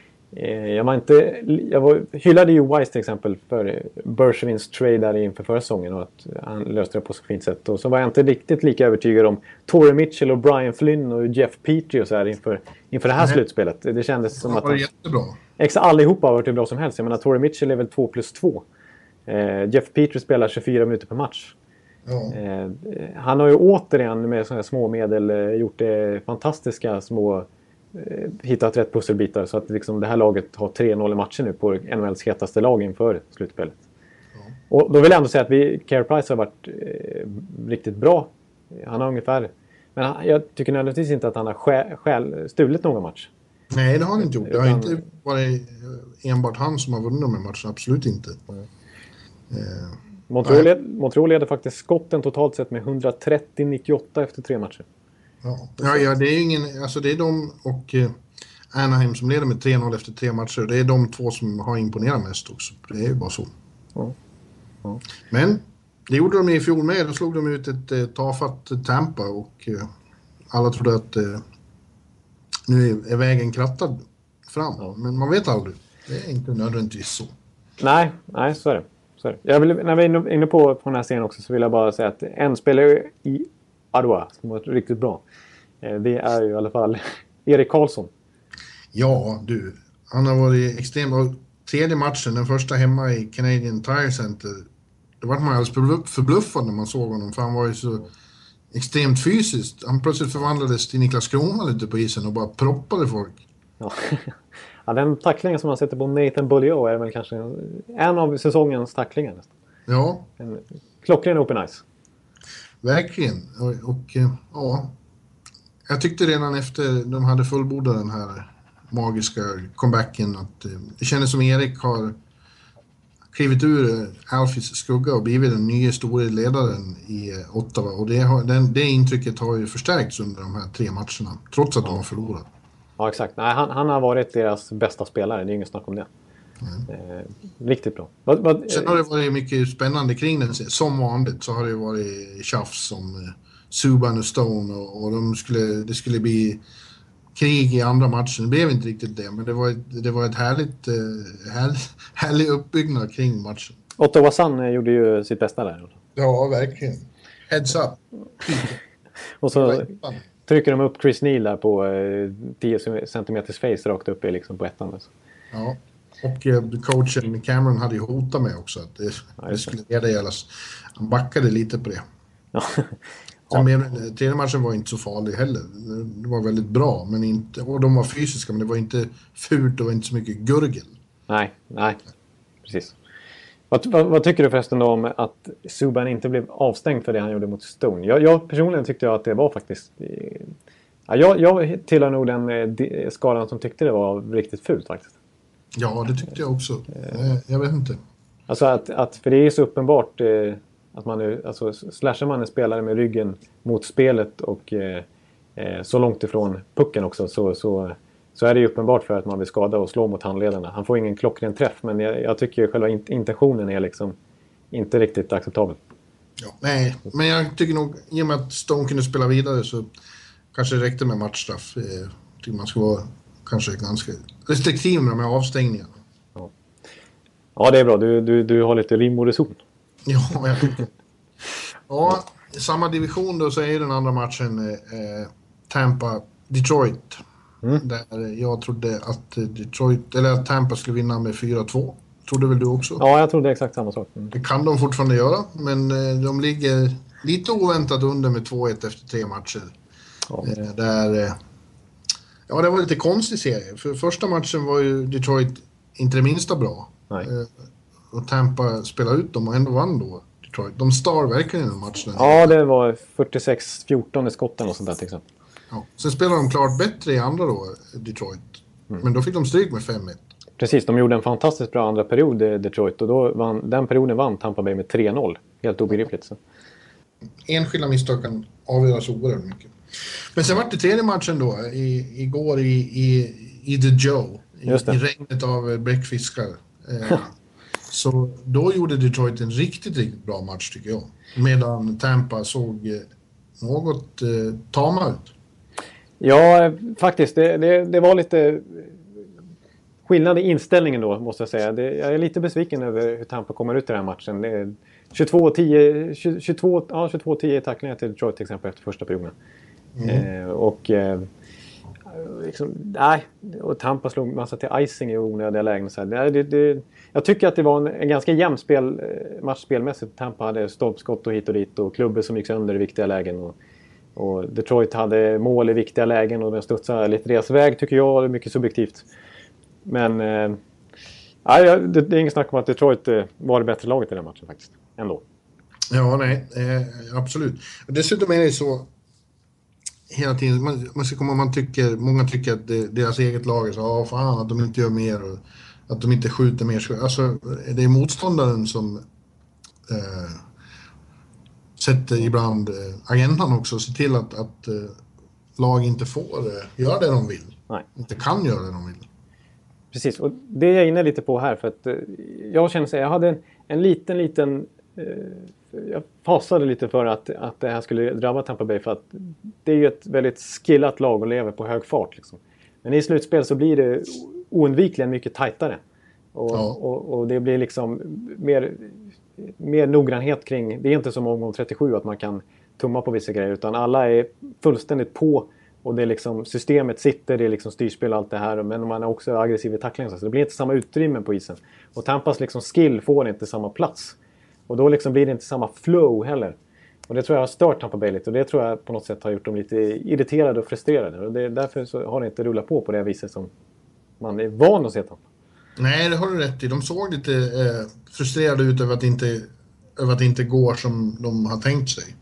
jag hyllade ju Weiss till exempel för Bergevins trade där inför förra säsongen och att han löste det på så fint sätt. Och så var jag inte riktigt lika övertygad om Torrey Mitchell och Brian Flynn och Jeff Petrie och så här inför det här slutspelet. Det kändes som att var jättebra. Allihopa har varit hur bra som helst. Jag menar, Torrey Mitchell är väl 2+2. Jeff Petrie spelar 24 minuter per match. Ja. Han har ju återigen med sådana här små medel gjort det fantastiska små hittat rätt pusselbitar så att liksom det här laget har 3-0 i matcher nu på NHLs hetaste lag inför slutspelet. Ja. Och då vill jag ändå säga att Carey Price har varit riktigt bra. Han har ungefär, men jag tycker nödvändigtvis inte att han har stulit någon match. Nej, det har han inte gjort. Det har inte varit enbart han som har vunnit de här matcherna, absolut inte. Montreal leder faktiskt skotten totalt sett med 130-98 efter 3 matcher. Ja, det är ingen, alltså det är de och Anaheim som leder med 3-0 efter 3 matcher. Det är de 2 som har imponerat mest också. Det är ju bara så. Ja. Men det gjorde de i fjol med. Då slog de ut ett tafatt Tampa och alla trodde att nu är vägen krattad fram. Ja. Men man vet aldrig. Det är inte nödvändigtvis så. Nej, så är det. När vi är inne på den här scenen också så vill jag bara säga att en spelare i Ottawa som var riktigt bra. Det är ju i alla fall Erik Karlsson. Ja, du. Han har varit extremt. 3:e matchen, den första hemma i Canadian Tire Center. Då var man alldeles förbluffad när man såg honom. För han var ju så extremt fysiskt. Han plötsligt förvandlades till Niklas Kronwall ute på isen och bara proppade folk. Ja, den tacklingen som man sätter på Nathan Beaulieu är väl kanske en av säsongens tacklingar nästan. Ja. En klockren open ice. Verkligen. Och ja, jag tyckte redan efter de hade fullbordat den här magiska comebacken att det kändes som Erik har klivit ur Alfies skugga och blivit den nya stora ledaren i Ottawa. Och det intrycket har ju förstärkts under de här 3 matcherna, trots att de har förlorat. Ja, exakt. Nej, han har varit deras bästa spelare, det är inget snack om det. Riktigt bra. Sen har det varit mycket spännande kring den. Som vanligt så har det varit tjafs om Subban och Stone och det skulle bli krig i andra matchen. Det blev inte riktigt det, men det var ett härlig uppbyggnad kring matchen. Ottawa Sun gjorde ju sitt bästa där. Ja, verkligen. Heads up. Och så trycker de upp Chris Neal där på 10 centimeters face rakt upp liksom på ettan. Alltså. Ja. Och coachen Cameron hade ju hotat med också att det skulle leda. Han backade lite på det. Ja. Sen tredje matchen var inte så farlig heller. Det var väldigt bra, men inte, och de var fysiska, men det var inte fult, det var inte så mycket gurgel. Nej, precis. Vad tycker du förresten om att Subban inte blev avstängd för det han gjorde mot Stone? Jag personligen tyckte att det var faktiskt... Jag tillhör nog den skalan som tyckte det var riktigt fult faktiskt. Ja, det tyckte jag också. Jag vet inte. Alltså för det är så uppenbart att man nu... Alltså slashar man en spelare med ryggen mot spelet och så långt ifrån pucken också så är det ju uppenbart för att man vill skada och slå mot handledarna. Han får ingen klockren träff, men jag tycker själva intentionen är liksom inte riktigt acceptabel. Ja, nej, men jag tycker nog, i och med att Stone kunde spela vidare så kanske det räckte med matchstraff. Jag tycker man ska vara kanske ganska restriktiv med de här avstängningarna. Ja, det är bra. Du har lite rim och reson. Ja, jag tycker. Ja, i samma division då så är den andra matchen Tampa-Detroit. Där jag trodde att Tampa skulle vinna med 4-2. Trodde väl du också? Ja, jag trodde exakt samma sak. Det kan de fortfarande göra, men de ligger lite oväntat under med 2-1 efter 3 matcher. Ja. Det var lite konstig serie. För första matchen var ju Detroit inte det minsta bra. Nej. Och Tampa spelade ut dem och ändå vann då Detroit. De star verkligen i den matchen. Ja, det var 46-14 i skotten och sånt där till exempel. Ja. Sen spelade de klart bättre i andra då, Detroit. Men då fick de stryk med 5-1. Precis, de gjorde en fantastiskt bra andra period, Detroit. Och då den perioden vann Tampa Bay med 3-0. Helt obegripligt. Så. Enskilda misstag kan avgöras oerhört mycket. Men sen var det tredje matchen då, igår i The Joe. I regnet av bläckfiskar. Så då gjorde Detroit en riktigt, riktigt bra match tycker jag. Medan Tampa såg något tama ut. Ja, faktiskt. Det var lite skillnad i inställningen då, måste jag säga. Jag är lite besviken över hur Tampa kommer ut i den här matchen. 22-10 i tacklingar till Detroit till exempel efter första perioden. Och Tampa slog massa till icing i onödiga lägen. Så jag tycker att det var en ganska jämn match spelmässigt. Tampa hade stolpskott och hit och dit och klubbar som gick sönder i viktiga lägen. Och Detroit hade mål i viktiga lägen och de studsade lite deras väg tycker jag. Det är mycket subjektivt. Men det är ingen snack om att Detroit var det bättre laget i den matchen faktiskt. Ändå. Ja, nej. Absolut. Dessutom är det så hela tiden, många tycker att deras eget lag är så, fan att de inte gör mer och att de inte skjuter mer. Alltså, det är motståndaren som sätter ibland agendan också och ser till att lag inte får göra det de vill. Nej. Inte kan göra det de vill. Precis, och det är jag inne lite på här för att jag känner sig, jag hade en liten jag fasade lite för att det här skulle drabba Tampa Bay för att det är ju ett väldigt skillat lag och lever på hög fart liksom. Men i slutspel så blir det oundvikligen mycket tajtare och det blir liksom mer noggrannhet kring, det är inte som omgång 37 att man kan tumma på vissa grejer utan alla är fullständigt på och det är liksom, systemet sitter, det är liksom styrspel och allt det här men man är också aggressiv i tacklingen så det blir inte samma utrymme på isen och Tampas liksom skill får inte samma plats och då liksom blir det inte samma flow heller och det tror jag har stört Tampa Bay lite och det tror jag på något sätt har gjort dem lite irriterade och frustrerade och därför så har det inte rullat på det viset som man är van att se Tampa. Nej, det har du rätt i. De såg lite frustrerade ut över att det inte går som de har tänkt sig.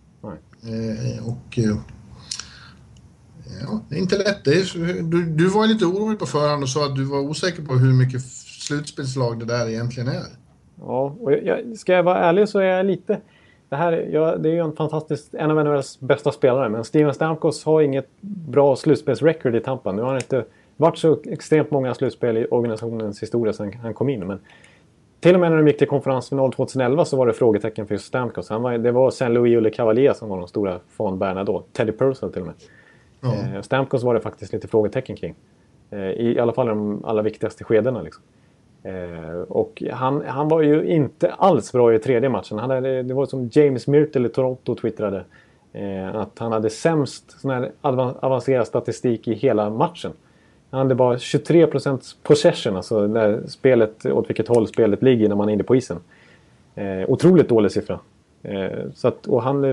Det är inte lätt. Du var lite orolig på förhand och sa att du var osäker på hur mycket slutspelslag det där egentligen är. Ja, och ska jag vara ärlig så är jag lite... det är ju en fantastisk, en av NHLs bästa spelare, men Steven Stamkos har inget bra slutspelsrecord i Tampa. Nu har han inte varit så extremt många slutspel i organisationens historia sedan han kom in, men till och med när de gick till konferensfinal 2011 så var det frågetecken för Stamkos. Det var St. Louis och Le Cavalier som var de stora fanbärarna då. Teddy Purcell till och med. Stamkos var det faktiskt lite frågetecken kring. I alla fall de allra viktigaste skedena liksom. Och han var ju inte alls bra i tredje matchen. Det var som James Myrtle i Toronto twittrade att han hade sämst sån här avancerad statistik i hela matchen. Han hade bara 23% possession, alltså när åt vilket håll spelet ligger när man är inne på isen. Otroligt dålig siffra. Så att, och han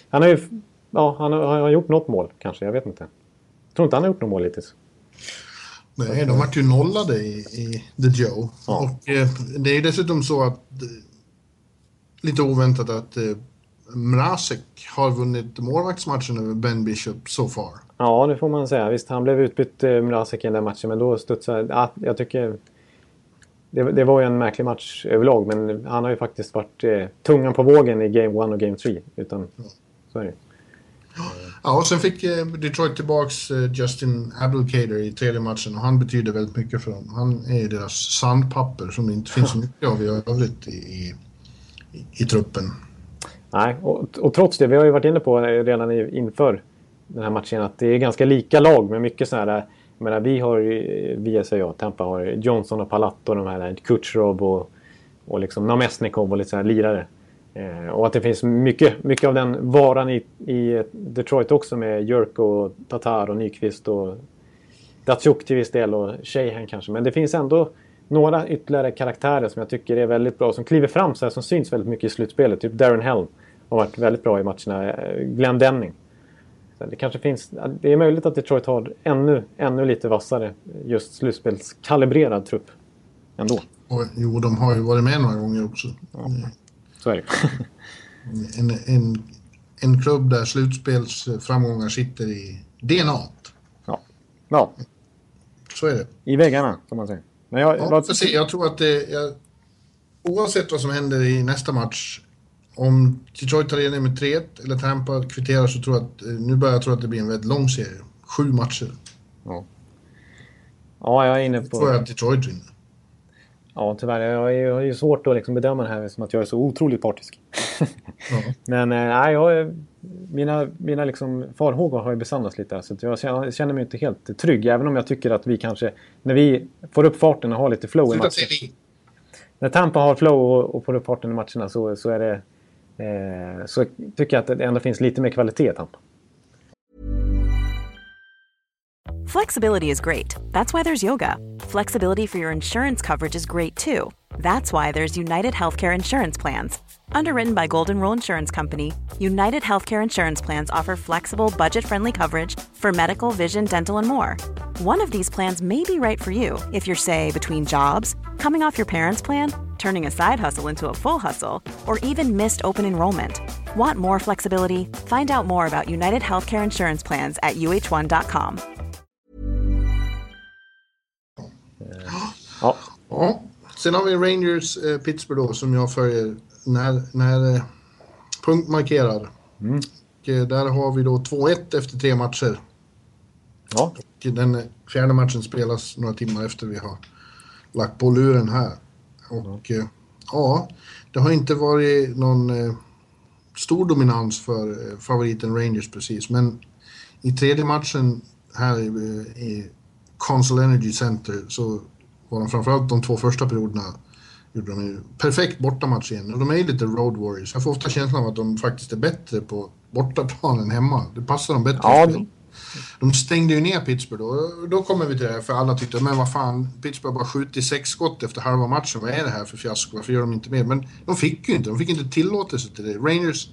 har gjort något mål kanske, jag vet inte. Jag tror inte han har gjort något mål hittills. Nej, de var ju nollade i The Joe. Ja. Och det är dessutom så att lite oväntat att Mrazek har vunnit målvaktsmatchen över Ben Bishop so far. Ja, det får man säga. Visst, han blev utbytt Mrazek i den där matchen, men då studsade... jag tycker... Det var ju en märklig match överlag, men han har ju faktiskt varit tungan på vågen i Game 1 och Game 3. Så är det. Ja, och sen fick Detroit tillbaks Justin Abdelkader i tredje matchen, och han betyder väldigt mycket för dem. Han är ju deras sandpapper som det inte finns så mycket av i övrigt i truppen. Nej, och trots det, vi har ju varit inne på redan inför den här matchen att det är ganska lika lag med mycket sådana här... Jag menar, vi har Tampa har Johnson och Palat och de här Kucherov och liksom Namestnikov och lite sådana här lirare. Och att det finns mycket av den varan i Detroit också med Jurk och Tatar och Nyqvist och Datsjuk till viss del och Sheahan kanske. Men det finns ändå några ytterligare karaktärer som jag tycker är väldigt bra, som kliver fram så här, som syns väldigt mycket i slutspelet. Typ Darren Helm har varit väldigt bra i matcherna. Glenn Denning. Det kanske finns, det är möjligt att Detroit har ännu lite vassare just slutspelskalibrerad trupp ändå. Jo, de har ju varit med några gånger också. Ja, så är det. en klubb där slutspelsframgångar sitter i DNA. Ja. Så är det. I väggarna, kan man säga. Men jag tror att oavsett vad som händer i nästa match, om Detroit tar ledning med 3-1 eller Tampa kvitterar, så tror jag att nu börjar jag tro att det blir en väldigt lång serie. 7 matcher. Ja, jag är inne på... tror jag att Detroit vinner. Ja, tyvärr. Jag har ju svårt att liksom bedöma det här som att jag är så otroligt partisk. Ja. Men mina liksom farhågor har ju besannats lite. Så jag känner mig inte helt trygg. Även om jag tycker att vi kanske, när vi får upp farten och har lite flow i matchen. När Tampa har flow och får upp farten i matcherna så är det... så tycker jag att det ändå finns lite mer kvalitet i Tampa. Flexibility is great. That's why there's yoga. Flexibility for your insurance coverage is great too. That's why there's United Healthcare Insurance Plans. Underwritten by Golden Rule Insurance Company, United Healthcare Insurance Plans offer flexible, budget-friendly coverage for medical, vision, dental, and more. One of these plans may be right for you if you're, say, between jobs, coming off your parents' plan, turning a side hustle into a full hustle, or even missed open enrollment. Want more flexibility? Find out more about United Healthcare Insurance Plans at uh1.com. Ja. Sen har vi Rangers Pittsburgh då, som jag följer när punktmarkerar. Och där har vi då 2-1 efter 3 matcher. Ja. Och den fjärde matchen spelas några timmar efter vi har lagt på luren här. Och det har inte varit någon stor dominans för favoriten Rangers precis. Men i tredje matchen här i Consol Energy Center så var de framförallt de 2 första perioderna gjorde de ju perfekt bortamatch igen. Och de är ju lite road warriors. Jag får ofta känslan av att de faktiskt är bättre på bortaplan än hemma. Det passar dem bättre. Ja. De stängde ju ner Pittsburgh då kommer vi till det här, för alla tyckte, men vad fan, Pittsburgh bara skjutit 6 skott efter halva matchen. Vad är det här för fiasko? Varför gör de inte mer? Men de fick ju inte. De fick inte tillåtelse till det. Rangers,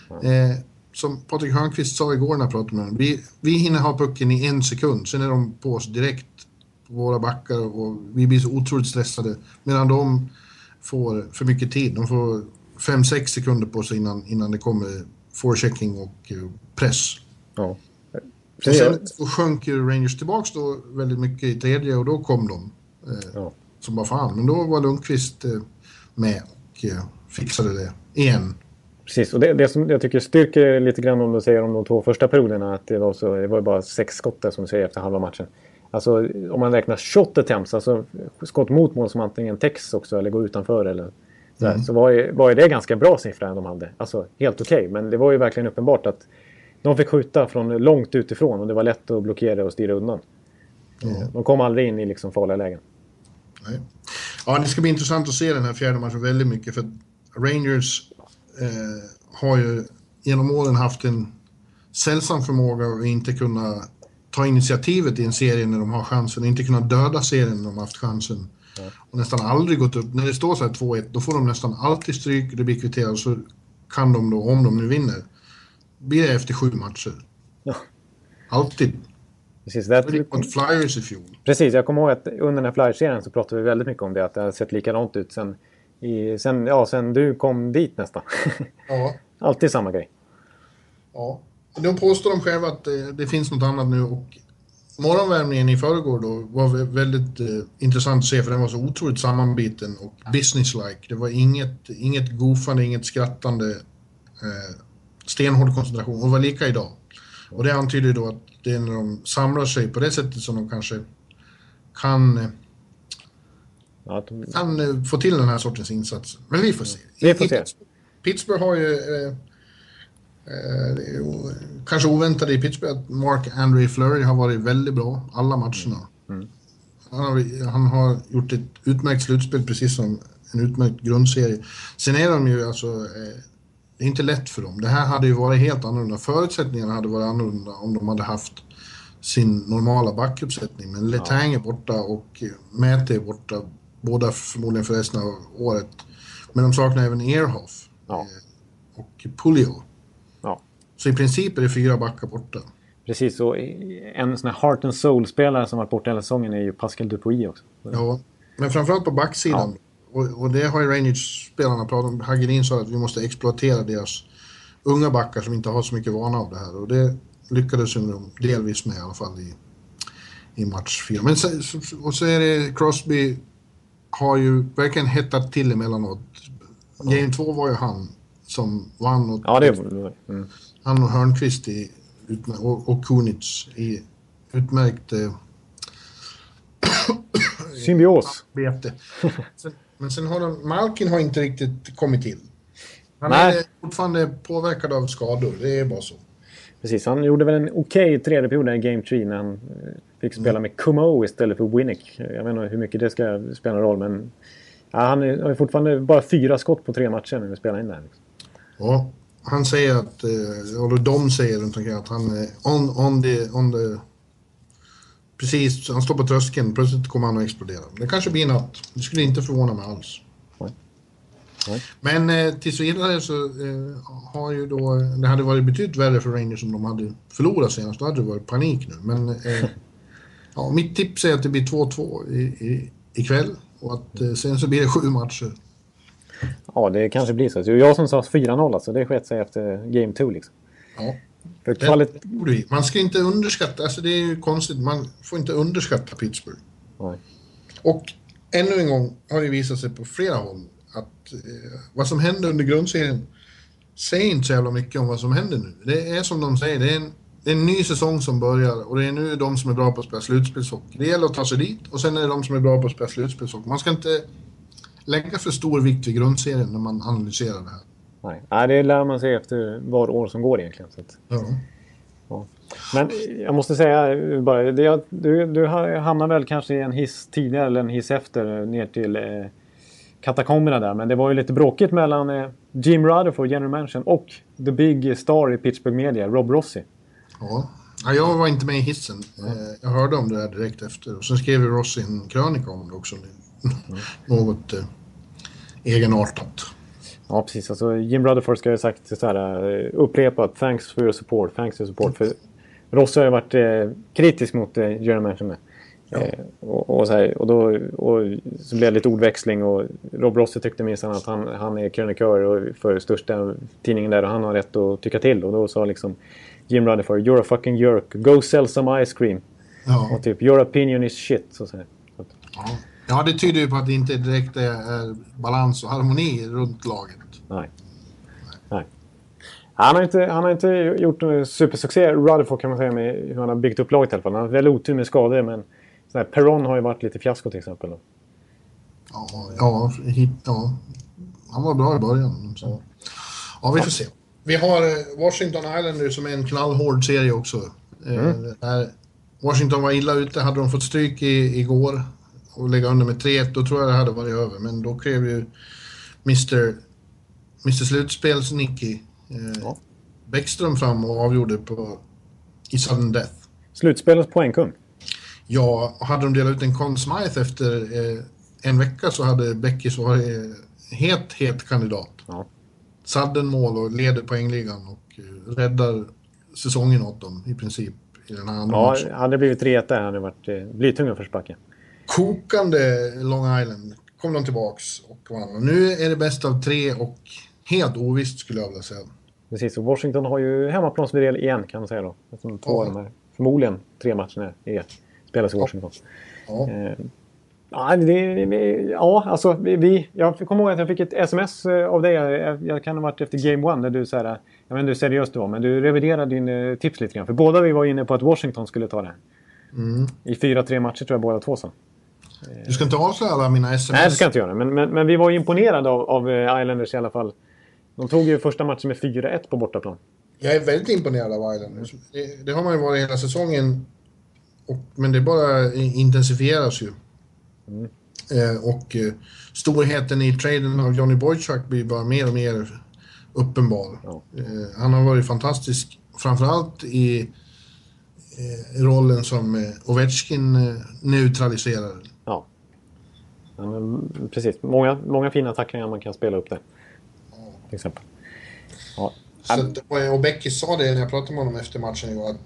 som Patrik Hörnqvist sa igår när jag pratade med dem, vi hinner ha pucken i 1 sekund. Sen är de på oss direkt på våra backar och vi blir så otroligt stressade. Medan de får för mycket tid. De får 5-6 sekunder på sig innan det kommer forechecking och press. Ja. Sen sjönk ju Rangers tillbaks då väldigt mycket i tredje och då kom de som bara fan. Men då var Lundqvist med och fixade det igen. Precis, och det som jag tycker styrker lite grann om du säger om de 2 första perioderna, att det var bara 6 skott där, som du säger, efter halva matchen. Alltså om man räknar shot attempts, alltså skott mot mål som antingen täcks också eller går utanför eller så var det ganska bra siffra de hade. Alltså helt okej. Men det var ju verkligen uppenbart att de fick skjuta från långt utifrån och det var lätt att blockera och styra undan. De kom aldrig in i liksom farliga lägen. Nej. Ja, det ska bli intressant att se den här fjärde matchen väldigt mycket, för Rangers har ju genom åren haft en sällsam förmåga att inte kunna ta initiativet i en serie när de har chansen, inte kunna döda serien när de har haft chansen. Och nästan aldrig gått upp. När det står så här 2-1, då får de nästan alltid stryk, det blir kvitterat, så kan de då, om de nu vinner, blir det efter 7 matcher. Ja. Alltid. Precis, det var mot Flyers i fjol. Precis, jag kommer ihåg att under den här Flyers-serien så pratade vi väldigt mycket om det, att det har sett likadant ut sen Sen du kom dit nästan. Ja. Alltid samma grej. Ja. De påstår de själva att det finns något annat nu, och morgonvärmningen i förrgår då var väldigt intressant att se, för den var så otroligt sammanbiten och businesslike. Det var inget goofande, inget skrattande, stenhård koncentration, och det var lika idag. Och det antyder ju då att det är när de samlar sig på det sättet som de kanske kan få till den här sortens insats. Men vi får se. Pittsburgh har ju kanske oväntade i Pittsburgh att Marc-Andre Fleury har varit väldigt bra alla matcherna. Han har gjort ett utmärkt slutspel, precis som en utmärkt grundserie. Sen är de ju alltså det är inte lätt för dem. Det här hade ju varit helt annorlunda. Förutsättningarna hade varit annorlunda om de hade haft sin normala backuppsättning. Men Letang är borta och Mäte är borta. Båda förmodligen för resten av året. Men de saknar även Ehrhoff och Puglio. Ja. Så i princip är det 4 backar borta. Precis, och en sån här heart and soul-spelare som varit borta hela säsongen är ju Pascal Dupuis också. Ja, men framförallt på backsidan. Ja. Och det har ju Rangers-spelarna pratat om. Hagelin sa att vi måste exploatera deras unga backar som inte har så mycket vana av det här. Och det lyckades de delvis med i alla fall i match 4. Men så är det Crosby har ju verkligen hettat till emellanåt. Game 2 var ju han som vann. Ja, det var han och Hörnqvist och Kunitz i utmärkt symbios. Men sen har Malkin har inte riktigt kommit till. Han är fortfarande påverkad av skador, det är bara så. Precis, han gjorde väl en okej tredje period i Game 3 när han fick spela med Kumo istället för Winnick. Jag vet inte hur mycket det ska spela roll, men han har fortfarande bara 4 skott på 3 matcher när vi spelar in det här. Ja, han säger att, eller de säger runt omkring att han är on the precis, han står på tröskeln, plötsligt kommer han att explodera. Det kanske blir natt, det skulle inte förvåna mig alls. Nej. Men tills vidare så har ju då, det hade varit betydligt värre för Rangers om de hade förlorat senast, då hade det varit panik nu. Men mitt tips är att det blir 2-2 ikväll och att sen så blir det 7 matcher. Ja, det kanske blir så. Jag som sa 4-0, alltså det skett sig efter Game 2 liksom. Ja. För man ska inte underskatta, alltså det är ju konstigt, man får inte underskatta Pittsburgh. Nej. Och ännu en gång har det visat sig på flera håll att vad som händer under grundserien säger inte så jävla mycket om vad som händer nu. Det är som de säger, det är en ny säsong som börjar och det är nu de som är bra på att spela slutspelshockey. Det gäller att ta sig dit och sen är det de som är bra på att spela slutspelshockey. Man ska inte lägga för stor vikt vid grundserien när man analyserar det här. Nej, det lär man sig efter var år som går egentligen. Så att, ja. Men jag måste säga bara, du hamnar väl kanske i en hiss tidigare eller en hiss efter ner till katakomberna där. Men det var ju lite bråkigt mellan Jim Rutherford, general manager, och the big star i Pittsburgh media, Rob Rossi. Ja, jag var inte med i hissen. Jag hörde om det där direkt efter. Och sen skrev Rossi en krönika om det också. Något egenartat. Ja, precis. Alltså, Jim Rutherford ska ha sagt så här, upprepat thanks for your support. För Rossi har ju varit kritisk mot general manager. Och så blev det lite ordväxling och Rob Rossi tyckte minst att han är krönikör för största tidningen där och han har rätt att tycka till. Och då sa liksom Jim Rutherford, you're a fucking jerk, go sell some ice cream. Och typ, your opinion is shit. Så säger. Ja, det tyder ju på att det inte direkt är balans och harmoni runt laget. Nej. Han har inte gjort en supersuccé, Rutherford, kan man säga, med hur han har byggt upp laget i alla fall. Han har väl otur med skador, men Perron har ju varit lite fiasko till exempel. Då. Ja, han var bra i början. Så. Ja, vi får se. Vi har Washington Islanders som är en knallhård serie också. Washington var illa ute, hade de fått stryk igår och lägga under med 3-1, då tror jag det hade varit över. Men då kräver ju Mr. Slutspels-Nicky Bäckström fram och avgjorde i sudden death. Slutspelets poängkung. Ja, och hade de delat ut en Conn Smythe efter en vecka så hade Beckis varit het kandidat. Ja. Sudden mål och leder poängligan och räddar säsongen åt dem i princip i den här andra matchen. Ja, hade det blivit 3-1 där hade det varit blytung för spacken. Kokande Long Island. kom de tillbaks och vann. Och nu är det bäst av 3 och helt ovisst skulle jag vilja säga. Precis, och Washington har ju hemmaplansfördel igen kan man säga då. Eftersom 2 av de här, förmodligen 3 matcherna spelas i Washington. Jag kommer ihåg att jag fick ett sms av dig. Jag kan ha varit efter Game 1 där du säger, jag vet inte hur seriöst du var, men du reviderade din tips lite grann. För båda vi var inne på att Washington skulle ta det. I 4-3 matcher tror jag båda 2 så. Du ska inte avslöja alla mina sms. Nej, det ska jag inte göra. Men vi var imponerade av Islanders i alla fall. De tog ju första matchen med 4-1 på bortaplan. Jag är väldigt imponerad av Islanders. Det har man ju varit hela säsongen. Men det bara intensifieras ju. Storheten i traden av Johnny Boychuk blir bara mer och mer uppenbar. Ja. Han har varit fantastisk. Framförallt i rollen som Ovechkin neutraliserar. Ja. Precis. Många fina tacklingar man kan spela upp där. Till exempel. Ja. Och Becky sa det när jag pratade med honom efter matchen igår, att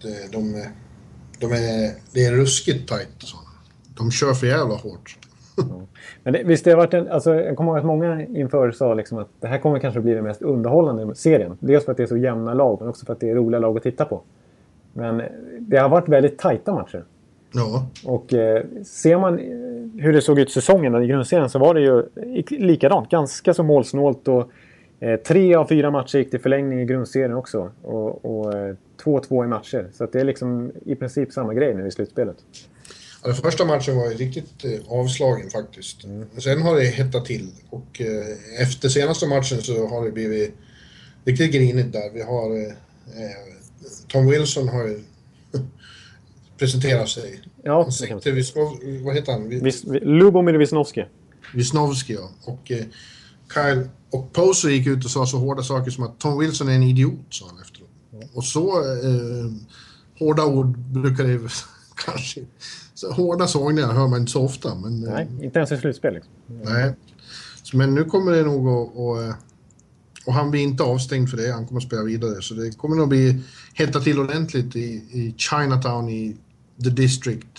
det är ruskigt tajt. Så. De kör för jävla hårt. Men visst det har varit jag kommer ihåg att många inför sa liksom att det här kommer kanske bli den mest underhållande serien. Dels för att det är så jämna lag, men också för att det är roliga lag att titta på. Men det har varit väldigt tajta matcher. Ja. Och ser man hur det såg ut säsongen i grundserien så var det ju likadant. Ganska så målsnålt och 3 av 4 matcher gick till förlängning i grundserien också. Och 2-2 i matcher. Så att det är liksom i princip samma grej nu i slutspelet. Ja, den första matchen var ju riktigt avslagen faktiskt. Sen har det hettat till. Och efter senaste matchen så har det blivit riktigt grinigt där. Vi har Tom Wilson har ju presenterat sig. Ja, vad heter han? Lubomir Wisnowski. Wisnowski, ja. Och Kyle och Poser gick ut och sa så hårda saker som att Tom Wilson är en idiot, sa han efteråt. Och så hårda ord brukar det kanske... Så hårda sågningar hör man inte så ofta. Men, nej, inte ens i slutspel. Liksom. Nej. Men nu kommer det nog och han blir inte avstängd för det. Han kommer att spela vidare. Så det kommer nog bli hetta till ordentligt i Chinatown i The District.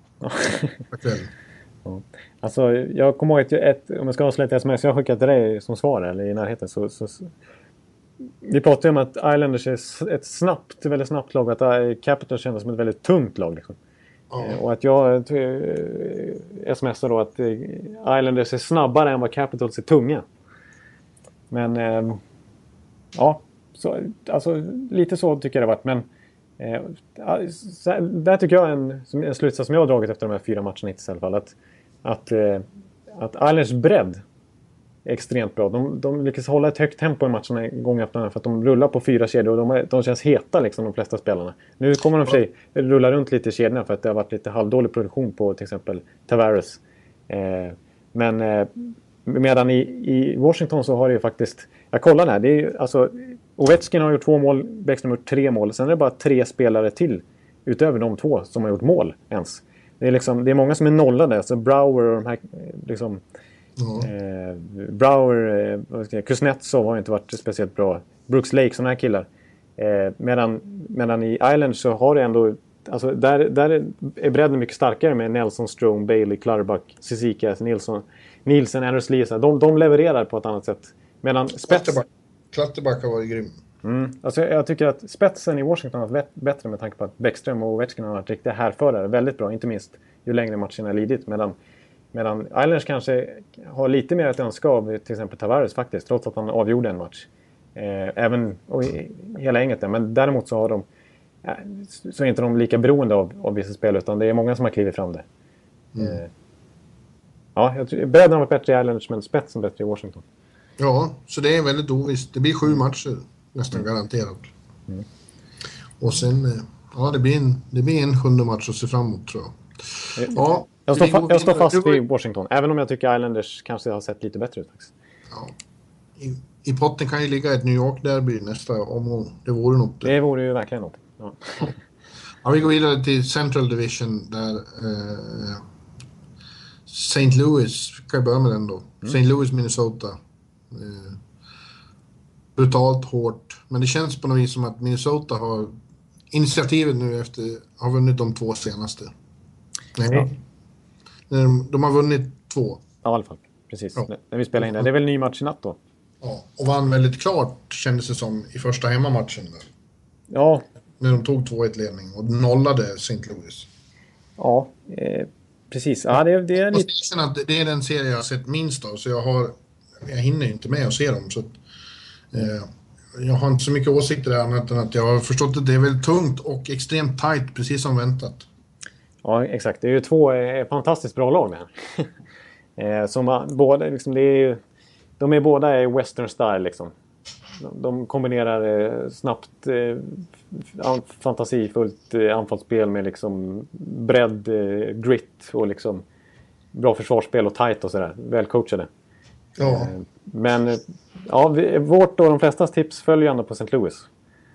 Ja. Alltså, jag kommer ihåg om jag ska avsluta ett sms jag skickat till dig som svar eller i närheten så vi pratade om att Islanders är ett väldigt snabbt lag, att Capitals kändes som ett väldigt tungt lag liksom. Och att jag smsar då att Islanders är snabbare än vad Capitals är tunga. Men ja, så, alltså, lite så tycker jag det har varit. Men där tycker jag en slutsats som jag har dragit efter de här 4 matcherna hittills i alla fall. Att Islanders bredd är extremt bra. De lyckas hålla ett högt tempo i matcherna gång efter gång för att de rullar på 4 kedjor och de känns heta liksom, de flesta spelarna. Nu kommer de för sig rulla runt lite i kedjorna för att det har varit lite halvdålig produktion på till exempel Tavares. Men medan i Washington så har det ju faktiskt... Jag kollar här. Det är ju, alltså, Ovechkin har gjort 2 mål, Bäckström har gjort 3 mål. Sen är det bara 3 spelare till utöver de 2 som har gjort mål ens. Det är många som är nollade. Alltså Brouwer och de här... Liksom, Brouwer, Kuznetsov har inte varit speciellt bra. Brooks Lake, sådana här killar. Medan i Island så har det ändå... Alltså där är bredden mycket starkare med Nelson, Strome, Bailey, Clutterbuck, Cizikas, Nielsen, Anders Lisa. De levererar på ett annat sätt. Medan Clutterbuck har varit grym. Alltså jag tycker att spetsen i Washington har varit bättre med tanke på att Bäckström och Ovechkin har varit riktiga härförare. Väldigt bra, inte minst ju längre matcherna lidit. Medan Islanders kanske har lite mer att önska av till exempel Tavares faktiskt, trots att han avgjorde en match. Även hela gänget där. Men däremot så har de så är inte de lika beroende av vissa spel, utan det är många som har klivit fram där. Ja, jag tror bredden har varit bättre i Islanders, men spetsen bättre i Washington. Ja, så det är väldigt ovisst. Det blir 7 matcher nästan garanterat. Och sen det blir en 7:e match att se framåt, tror jag. Ja, jag står fast vid Washington, även om jag tycker Islanders kanske har sett lite bättre ut faktiskt. Ja. I potten kan ju ligga ett New York-derby nästa omgång. Det vore något. Det vore ju verkligen något. Ja. Ja, vi går vidare till Central Division där St. Louis, kan jag börja med den då. St. Louis, Minnesota. Brutalt hårt. Men det känns på något vis som att Minnesota har initiativet nu har vunnit de 2 senaste. Nej. De har vunnit 2. Ja, i alla fall. precis. När vi spelar in det. Det är väl ny match i natt då? Ja, och vann väldigt klart, kändes det som, i första hemmamatchen. Ja. När de tog 2-1-ledning och nollade St. Louis. Ja, precis. Ja, det är lite... Det är den serie jag har sett minst av, så jag hinner ju inte med att se dem. Så att, jag har inte så mycket åsikter där annat än att jag har förstått att det är väldigt tungt och extremt tight, precis som väntat. Ja, exakt. Det är ju två fantastiskt bra lag där. Som båda, liksom, de är båda i western style liksom. De kombinerar snabbt fantasifullt anfallsspel med liksom bredd, grit och liksom bra försvarsspel och tight och sådär. Välcoachade. Ja. Men ja, vårt och de flestas tips följer ändå på St. Louis.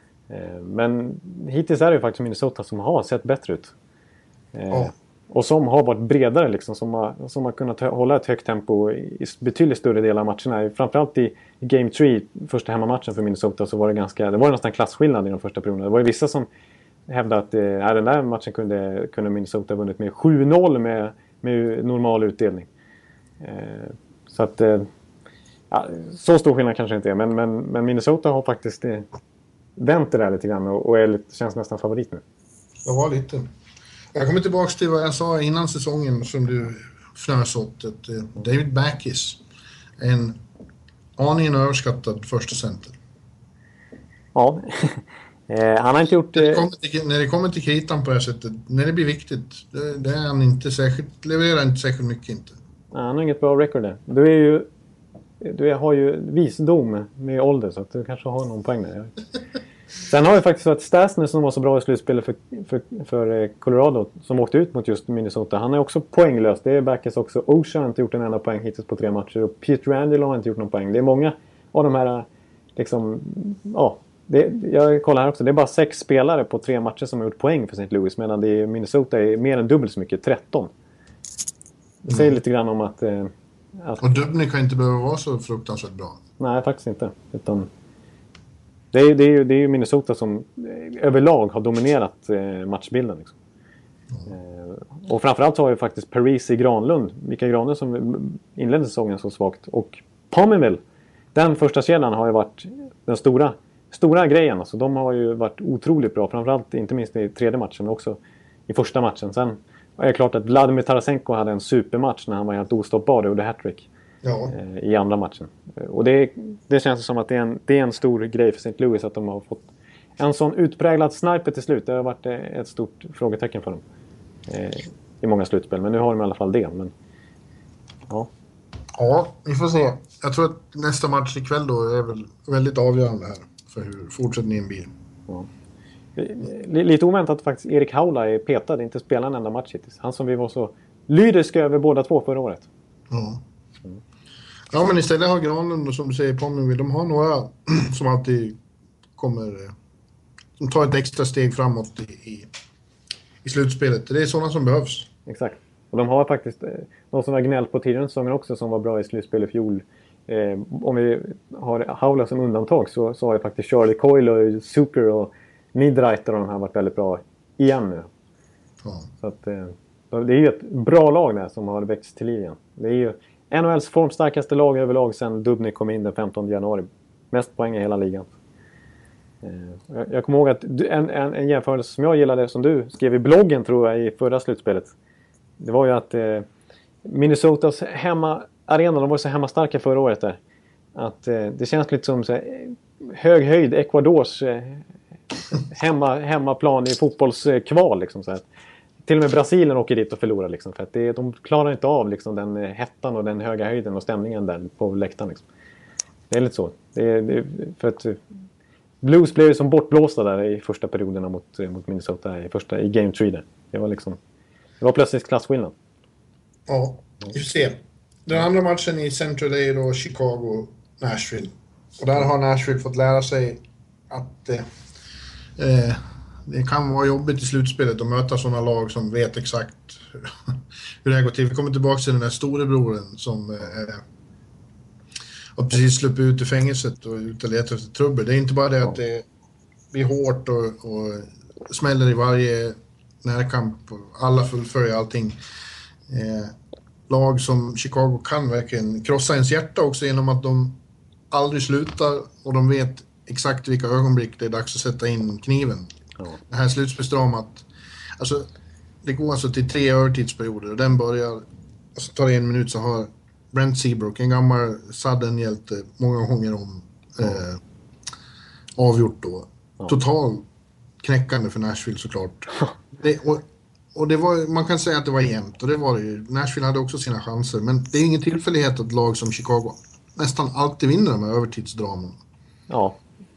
Men hittills är det ju faktiskt Minnesota som har sett bättre ut. Och som har varit bredare liksom, som har kunnat hålla ett högt tempo i betydligt större delar av matcherna. Framförallt i Game 3, första hemmamatchen för Minnesota, så var det var nästan klassskillnad i de första perioderna. Det var ju vissa som hävdade att den där matchen kunde Minnesota ha vunnit med 7-0 med normal utdelning. Så att så stor skillnad kanske inte är, men Minnesota har faktiskt vänt det där lite grann och känns nästan favorit nu. Jag var lite. Jag kommer tillbaka till vad jag sa innan säsongen som du fnös åt. David Backes, en aningen överskattad första center. Ja, han har inte gjort... När det kommer till kritan på det här sättet, när det blir viktigt, det är han inte särskilt, levererar inte särskilt mycket inte. Nej, han har inget bra record där. Du har ju visdom med ålder, så att du kanske har någon poäng där. Sen har vi faktiskt varit Stasny som var så bra i slutspelet för Colorado, som åkte ut mot just Minnesota. Han är också poänglös. Det är Backes också. Oshie har inte gjort en enda poäng hittills på 3 matcher. Och Pete Randall har inte gjort någon poäng. Det är många av de här liksom... Ja, jag kollar här också. Det är bara 6 spelare på 3 matcher som har gjort poäng för St. Louis. Medan det i Minnesota är mer än dubbelt så mycket. 13. Det säger lite grann om att... Och Dubnyk kan inte behöva vara så fruktansvärt bra. Nej, faktiskt inte. Utan... Det är ju Minnesota som överlag har dominerat matchbilden. Liksom. Och framförallt har ju faktiskt Paris i Granlund, Mikael Granlund som inledde säsongen så svagt. Och Pominville, den första kedjan har ju varit den stora grejen. Alltså, de har ju varit otroligt bra, framförallt inte minst i 3:e matchen, men också i första matchen. Sen är det klart att Vladimir Tarasenko hade en supermatch när han var helt ostoppbar och gjorde hattrick. Ja. I andra matchen. Och det känns som att det är en stor grej för St. Louis att de har fått en sån utpräglad sniper till slut. Det har varit ett stort frågetecken för dem i många slutspel. Men nu har de i alla fall det. Men, ja, vi får se. Jag tror att nästa match ikväll då är väl väldigt avgörande här för hur fortsättningen blir. Ja. Lite oväntat faktiskt, Erik Haula är petad, inte spelar en enda match hittills. Han som vi var så lyriska över båda två förra året. Ja. Ja, men istället har Granlund och som du säger Pominville, de har några som alltid kommer, som tar ett extra steg framåt i slutspelet. Det är sådana som behövs. Exakt. Och de har faktiskt de som har gnällt på tidigare säsongen också som var bra i slutspelet i fjol. Om vi har Haula som undantag så har ju faktiskt Charlie Coyle och Zucker och Niederreiter och de här varit väldigt bra igen nu. Ja. Så att, det är ju ett bra lag där som har växt till liv igen. Det är ju NHLs formstarkaste lag överlag sedan Dubnyk kom in den 15 januari. Mest poäng i hela ligan. Jag kommer ihåg att en jämförelse som jag gillade, som du skrev i bloggen tror jag i förra slutspelet. Det var ju att Minnesotas hemmaarena, de var så hemmastarka förra året där. Att det känns lite som så här, hög höjd Ecuadors hemmaplan i fotbollskval liksom så här. Till och med Brasilien åker dit och förlorar liksom, för att de klarar inte av liksom, den hettan och den höga höjden och stämningen där på läktaren. Liksom. Det är lite så. För att Blues blev som bortblåsta där i första perioderna mot Minnesota i Game 3 där. Det var plötsligt klassskillnad. Ja, vi får se. Den andra matchen i Central är då Chicago, Nashville. Och där har Nashville fått lära sig att det kan vara jobbigt i slutspelet att möta sådana lag som vet exakt hur det här går till. Vi kommer tillbaka till den där storebroren som har precis sluppit ut i fängelset och ut och letar efter trubbel. Det är inte bara det att det blir hårt och smäller i varje närkamp. Alla fullföljer allting. lag som Chicago kan verkligen krossa ens hjärta också genom att de aldrig slutar och de vet exakt vilka ögonblick det är dags att sätta in kniven. Ja. Det här slutspelsdramat, alltså det går alltså till 3 övertidsperioder och den börjar, alltså tar det 1 minut så har Brent Seabrook, en gammal Sudden-hjälte, många gånger om avgjort då. Ja. Total knäckande för Nashville såklart. Och det var, man kan säga att det var jämnt och det var det ju. Nashville hade också sina chanser, men det är ingen tillfällighet att lag som Chicago nästan alltid vinner de här övertidsdramen. Ja.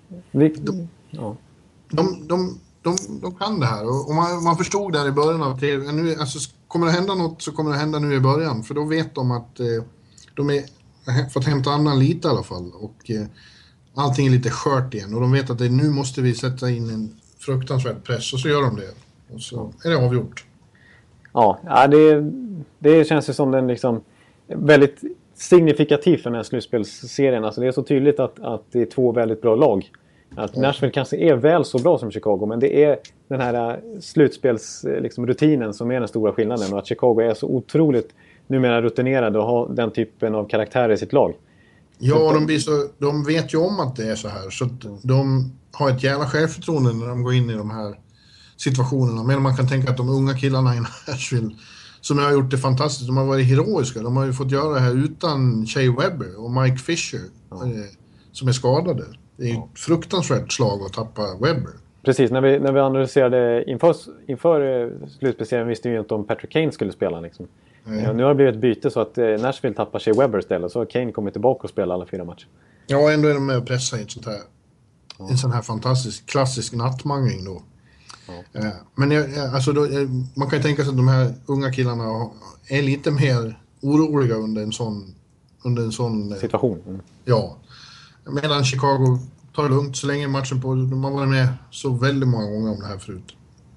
De kan det här och man förstod där i början av TV. Nu, alltså, kommer det hända något så kommer det hända nu i början, för då vet de att de är fått hämta annan lite i alla fall och allting är lite skört igen och de vet att nu måste vi sätta in en fruktansvärd press och så gör de det och så är det avgjort. Ja, det känns ju som den liksom väldigt signifikativ för den här slutspelsserien. Alltså det är så tydligt att det är 2 väldigt bra lag. Att Nashville kanske är väl så bra som Chicago, men det är den här slutspelsrutinen som är den stora skillnaden och att Chicago är så otroligt numera rutinerade och har den typen av karaktär i sitt lag. Ja, de vet ju om att det är så här, så att de har ett jävla självförtroende när de går in i de här situationerna. Men man kan tänka att de unga killarna i Nashville som har gjort det fantastiskt, de har varit heroiska. De har ju fått göra det här utan Shea Weber och Mike Fisher som är skadade. Det är ett fruktansvärt slag att tappa Weber. Precis, när vi analyserade inför slutspelserien visste vi ju inte om Patrick Kane skulle spela. Liksom. Nu har det blivit ett byte så att Nashville tappar Shea Weber istället. Så har Kane kommit tillbaka och spelat alla 4 matcher. Ja, ändå är de med och pressar i ett sånt här, en sån här fantastisk klassisk nattmangling då. Ja. Men man kan ju tänka sig att de här unga killarna är lite mer oroliga under en sån situation. Ja. Medan Chicago tar det lugnt så länge matchen på. De har varit med så väldigt många gånger om det här förut.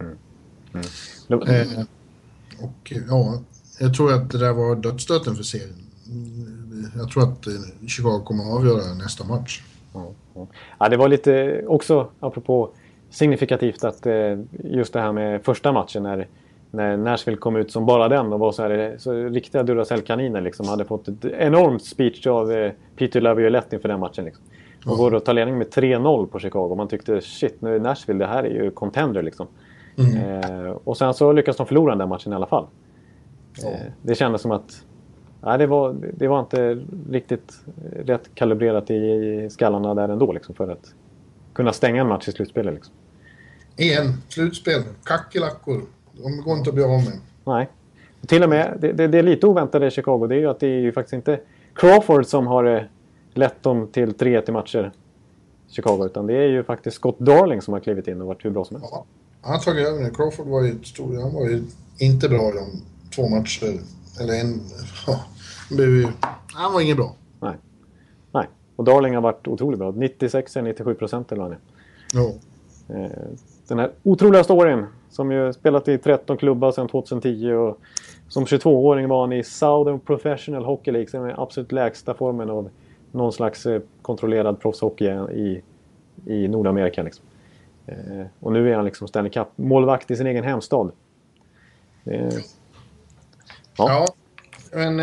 Och ja, jag tror att det där var dödsstöten för serien. Jag tror att Chicago kommer att avgöra nästa match. Ja, det var lite också, apropå signifikativt, att just det här med första matchen när Nashville kom ut som bara den och var så riktiga Duracell-kaniner liksom, hade fått ett enormt speech av Peter Laviolette inför den matchen liksom. Och går och tar ledning med 3-0 på Chicago. Man tyckte, shit, nu är Nashville, det här är ju contender liksom. Och sen så lyckas de förlora den där matchen i alla fall. Det kändes som att det var inte riktigt rätt kalibrerat i skallarna där ändå liksom, för att kunna stänga en match i slutspelet liksom. Slutspel, kackelackor. De går inte att bli av med. Nej. Och till och med, det är lite oväntade i Chicago, det är ju att det är ju faktiskt inte Crawford som har lett dem till 3-1 matcher Chicago, utan det är ju faktiskt Scott Darling som har klivit in och varit hur bra som helst. Ja, han har tagit över det. Crawford var ju han var ju inte bra i de 2 matcher. Eller han var inget bra. Nej. Och Darling har varit otroligt bra. 96-97% eller vad han är. Ja. Den här otroliga storyn som ju spelat i 13 klubbar sedan 2010 och som 22-åring var han i Southern Professional Hockey League, som är absolut lägsta formen av någon slags kontrollerad proffshockey i Nordamerika liksom. Och nu är han liksom Stanley Cup målvakt i sin egen hemstad. Ja, men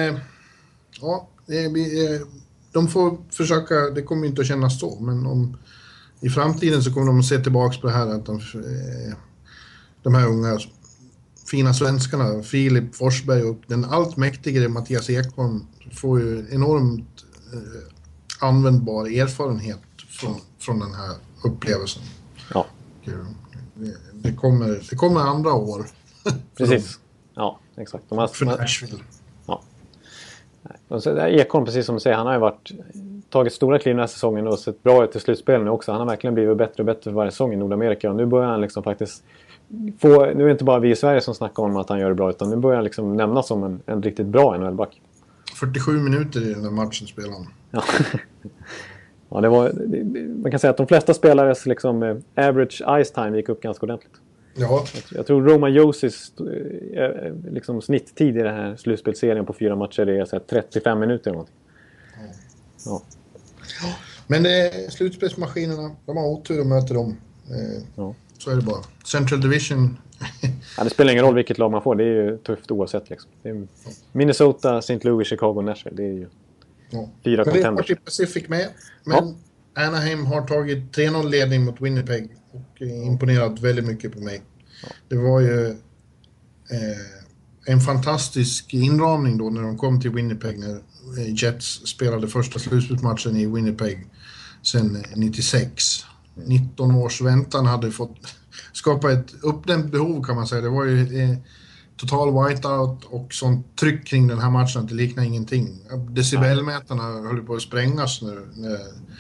de får försöka, det kommer inte att kännas så, men i framtiden så kommer de att se tillbaka på det här att de här unga fina svenskarna, Filip Forsberg och den allt mäktigare Mattias Ekholm får ju enormt användbar erfarenhet från den här upplevelsen. Ja. Det kommer andra år. Precis. Ja, exakt. För Nashville. Ja. Och så Ekholm, precis som du säger, han har ju tagit stora kliv den här säsongen och sett bra ut i slutspelen också. Han har verkligen blivit bättre och bättre för varje säsong i Nordamerika. Och nu börjar han liksom faktiskt nu är det inte bara vi i Sverige som snackar om att han gör det bra, utan nu börjar han liksom nämnas som en riktigt bra NHL-back. 47 minuter i den här matchen spelade han. Ja. Ja, man kan säga att de flesta spelares liksom, average ice time gick upp ganska ordentligt. Ja. Jag tror Roman Josis liksom, snitttid i den här slutspelserien på 4 matcher är så här, 35 minuter eller någonting. Ja. Men slutspelsmaskinerna, de har otur och möter dem. Så är det bara. Central Division Ja, det spelar ingen roll vilket lag man får. Det är ju tufft oavsett. Liksom. Det är Minnesota, St. Louis, Chicago, Nashville. Det är ju 4 contenders. Men det är Pacific med. Men Anaheim har tagit 3-0-ledning mot Winnipeg och imponerat väldigt mycket på mig. Det var ju en fantastisk inramning då när de kom till Winnipeg när Jets spelade första slutspelsmatchen i Winnipeg sedan 96. 19 års väntan hade fått skapa ett uppdämt behov kan man säga. Det var ju total whiteout och sånt tryck kring den här matchen att det liknar ingenting. Decibelmätarna höll på att sprängas när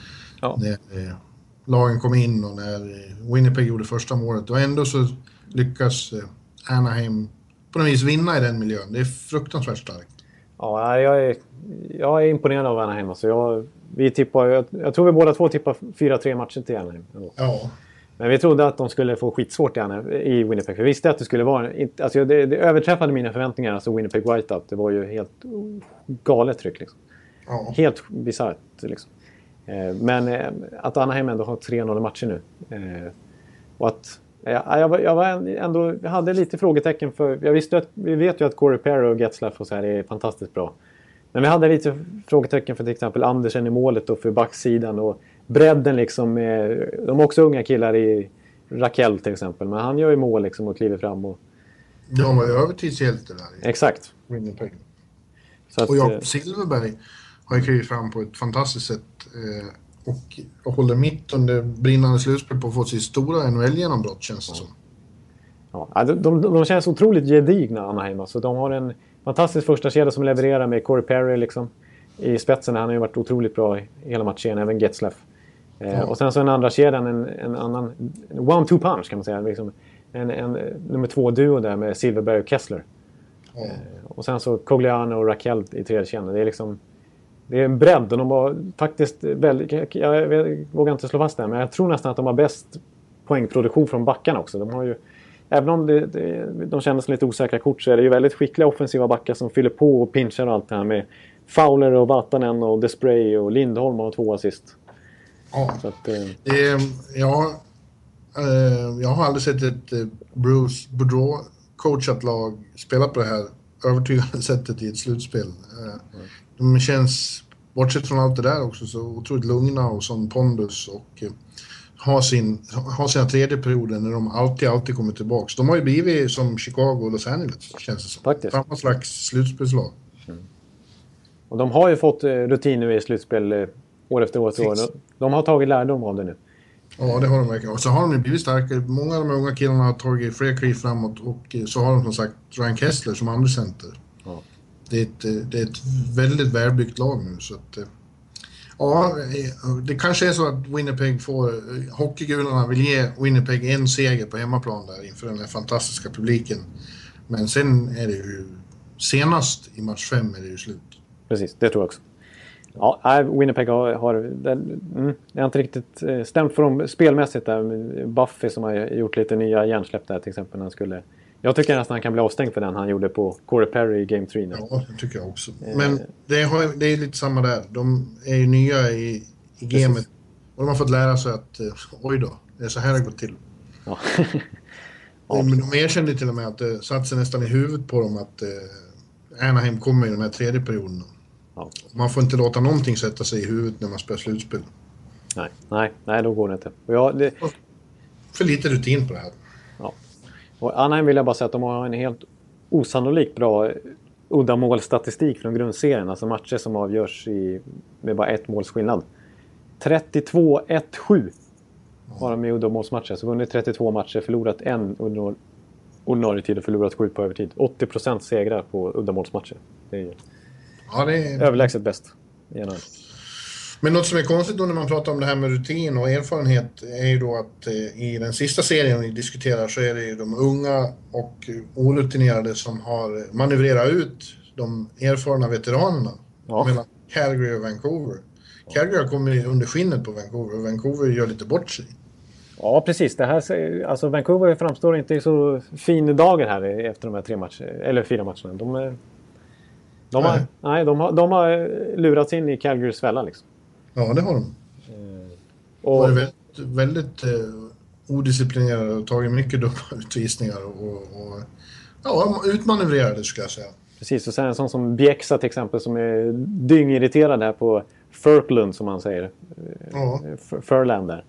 lagen kom in och när Winnipeg gjorde första målet. Och ändå så lyckas Anaheim på något vis vinna i den miljön. Det är fruktansvärt starkt. Ja, jag är imponerad av Anaheim. Alltså jag tror vi båda två tippar 4-3 matcher till Anaheim. Ja. Men vi trodde att de skulle få skitsvårt i Winnipeg. För vi visste att det skulle vara... Alltså det överträffade mina förväntningar. Alltså Winnipeg Whiteout. Det var ju helt galet tryck. Liksom. Ja. Helt bisarrt. Liksom. Men att Anaheim ändå har 3-0 matcher nu. Och att... Jag hade lite frågetecken för... Vi vet ju att Corey Perry och Getzlaff och så här är fantastiskt bra. Men vi hade lite frågetecken för till exempel Andersen i målet och för backsidan och bredden liksom. De är också unga killar i Rakell till exempel. Men han gör ju mål liksom och kliver fram. Och... De var ju övertidshjälte där. Exakt. Winnipeg. Så att, och Jakob Silfverberg har ju klivit fram på ett fantastiskt sätt. Och håller mitt under brinnande slutspel på att få sitt stora NHL-genombrott känns det som. Ja, de känns otroligt gedigna Anaheim. Alltså, de har en fantastisk första kedja som levererar med Corey Perry liksom, i spetsen. Han har ju varit otroligt bra i hela matchen, även Getzlaff. Och sen så en andra kedjan, en annan one-two punch kan man säga. Liksom, en nummer 2-duo där med Silfverberg och Kessler. Och sen så Cogliano och Rakell i tredje kedjan. Det är liksom... Det är en bredd och de har faktiskt väldigt... Jag vågar inte slå fast det, men jag tror nästan att de har bäst poängproduktion från backarna också. De har ju... Även om de kändes lite osäkra kort så är det ju väldigt skickliga offensiva backar som fyller på och pinchar och allt det här med Fowler och Vatanen och Despray och Lindholm och 2 assist. Ja, så att, jag har aldrig sett ett Bruce Boudreau coachat lag spela på det här övertygande sättet i ett slutspel. De känns, bortsett från allt det där också, så otroligt lugna och som pondus och har sina tredje perioder när de alltid kommer tillbaka. De har ju blivit som Chicago och Los Angeles, känns det som. Faktiskt. Samma slags slutspelslag. Och de har ju fått rutin nu i slutspel år efter år. De har tagit lärdom av det nu. Ja, det har de verkligen. Och så har de ju blivit starkare. Många av de unga killarna har tagit fler kliv framåt och så har de som sagt Ryan Kessler som andra center. Ja. Det är ett väldigt välbyggt lag nu. Så att, ja, det kanske är så att Winnipeg hockeygularna vill ge Winnipeg en seger på hemmaplan där inför den här fantastiska publiken. Men sen är det ju senast i match 5 är det ju slut. Precis, det tror jag också. Ja, Winnipeg har det har inte riktigt stämt för dem spelmässigt där. Buffy som har gjort lite nya hjärnsläpp där till exempel. Jag tycker nästan han kan bli avstängd för den han gjorde på Corey Perry i Game 3 nu. Ja, det tycker jag också. Men det är lite samma där. De är ju nya i gamet. Och de har fått lära sig att oj då, det är så här det går till. Ja. Men de erkände till och med att det satt sig nästan i huvudet på dem att Anaheim kommer i den här tredje perioden. Ja. Man får inte låta någonting sätta sig i huvudet när man spelar slutspel. Nej, då går det inte. För lite rutin på det här. Ja. Och Anaheim vill jag bara säga att de har en helt osannolikt bra uddamålsstatistik från grundserien. Alltså matcher som avgörs med bara ett måls skillnad. 32-1-7 har de i uddamålsmatcher. Så vunnit 32 matcher, förlorat en under ordinarie tid och förlorat 7 på övertid. 80% segrar på uddamålsmatcher. Det är överlägset bäst. Men något som är konstigt då när man pratar om det här med rutin och erfarenhet är ju då att i den sista serien vi diskuterar så är det ju de unga och orutinerade som har manövrerat ut de erfarna veteranerna mellan Calgary och Vancouver. Calgary kommer under skinnet på Vancouver och Vancouver gör lite bort sig. Ja, precis. Det här, alltså Vancouver framstår inte i så fin dagar här efter de här 3 matcherna, eller 4 matcherna. De har lurats in i Calgarys fälla liksom. Ja, det har de. Och det är väldigt odisciplinerade och tagit mycket dumma utvisningar och utmanövrerade skulle jag säga. Precis, och sen en sån som Bjäxa till exempel som är dyngirriterad här på Furklund som man säger. Ja. Furland där.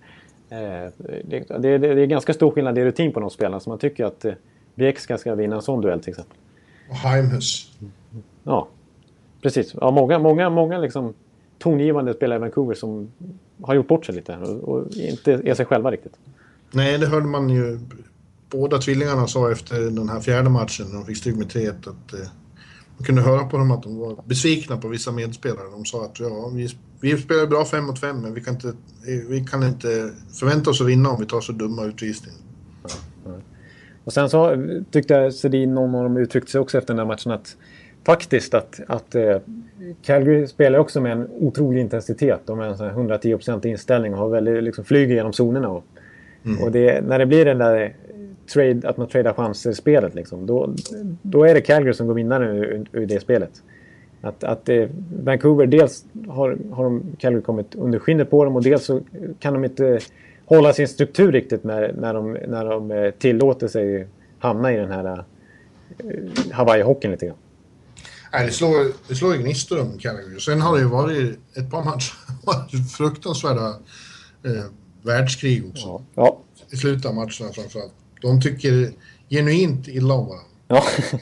Det är ganska stor skillnad i rutin på de spelarna så man tycker att Bjäxa ska vinna en sån duell till exempel. Och Heimhus. Ja, precis. Ja, många liksom tongivande spelare i Vancouver som har gjort bort sig lite och inte är sig själva riktigt. Nej, det hörde man ju. Båda tvillingarna sa efter den här fjärde matchen när de fick stryk med 3-1 att man kunde höra på dem att de var besvikna på vissa medspelare. De sa att vi spelar bra 5 mot 5 men vi kan inte förvänta oss att vinna om vi tar så dumma utvisningar. Ja. Och sen så tyckte jag Sedin, någon av dem uttryckte sig också efter den här matchen att faktiskt att Calgary spelar också med en otrolig intensitet. De har en 110% inställning och har väldigt, liksom, flyger genom zonerna. Och när det blir den där att man tradar chanser i spelet liksom, då är det Calgary som går vinnare ur det spelet. Att Vancouver dels har Calgary kommit under skinnet på dem och dels så kan de inte hålla sin struktur riktigt när de tillåter sig hamna i den här Hawaii-hockeyn lite grann. Nej, det slår ju gnistor om Calgary. Sen har det ju varit ett par matcher fruktansvärda världskrig också. Ja. I slutet av matcherna framförallt. De tycker genuint illa om varandra. Ja,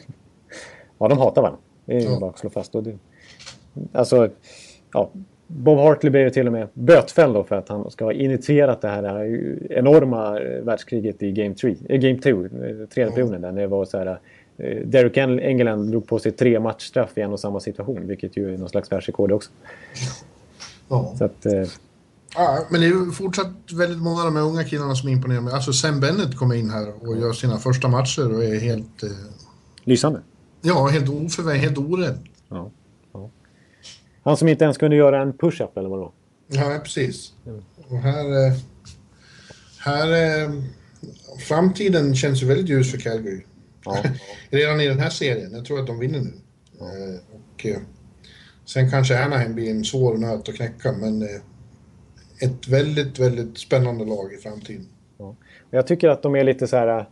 ja de hatar varandra. Det är ju bara att slå fast. Alltså, Bob Hartley blev ju till och med bötfälld då för att han ska ha initierat det här enorma världskriget i Game 2, tredje perioden, där det var så här Derek Engelland drog på sig 3 matchstraff i en och samma situation, vilket ju är någon slags världsrekord också. Ja. Så att, ja, men det är ju fortsatt väldigt många av de här unga killarna som imponerar mig. Alltså Sam Bennett kommer in här och gör sina första matcher och är helt... lysande. Ja, helt orädd. Ja. Han som inte ens kunde göra en push-up eller vad det var. Ja, precis. Och här framtiden känns ju väldigt ljus för Calgary. Ja. Redan i den här serien. Jag tror att de vinner nu. Ja. Och sen kanske Anaheim blir en svår nöt att knäcka, men ett väldigt, väldigt spännande lag i framtiden. Ja. Jag tycker att de är lite så här...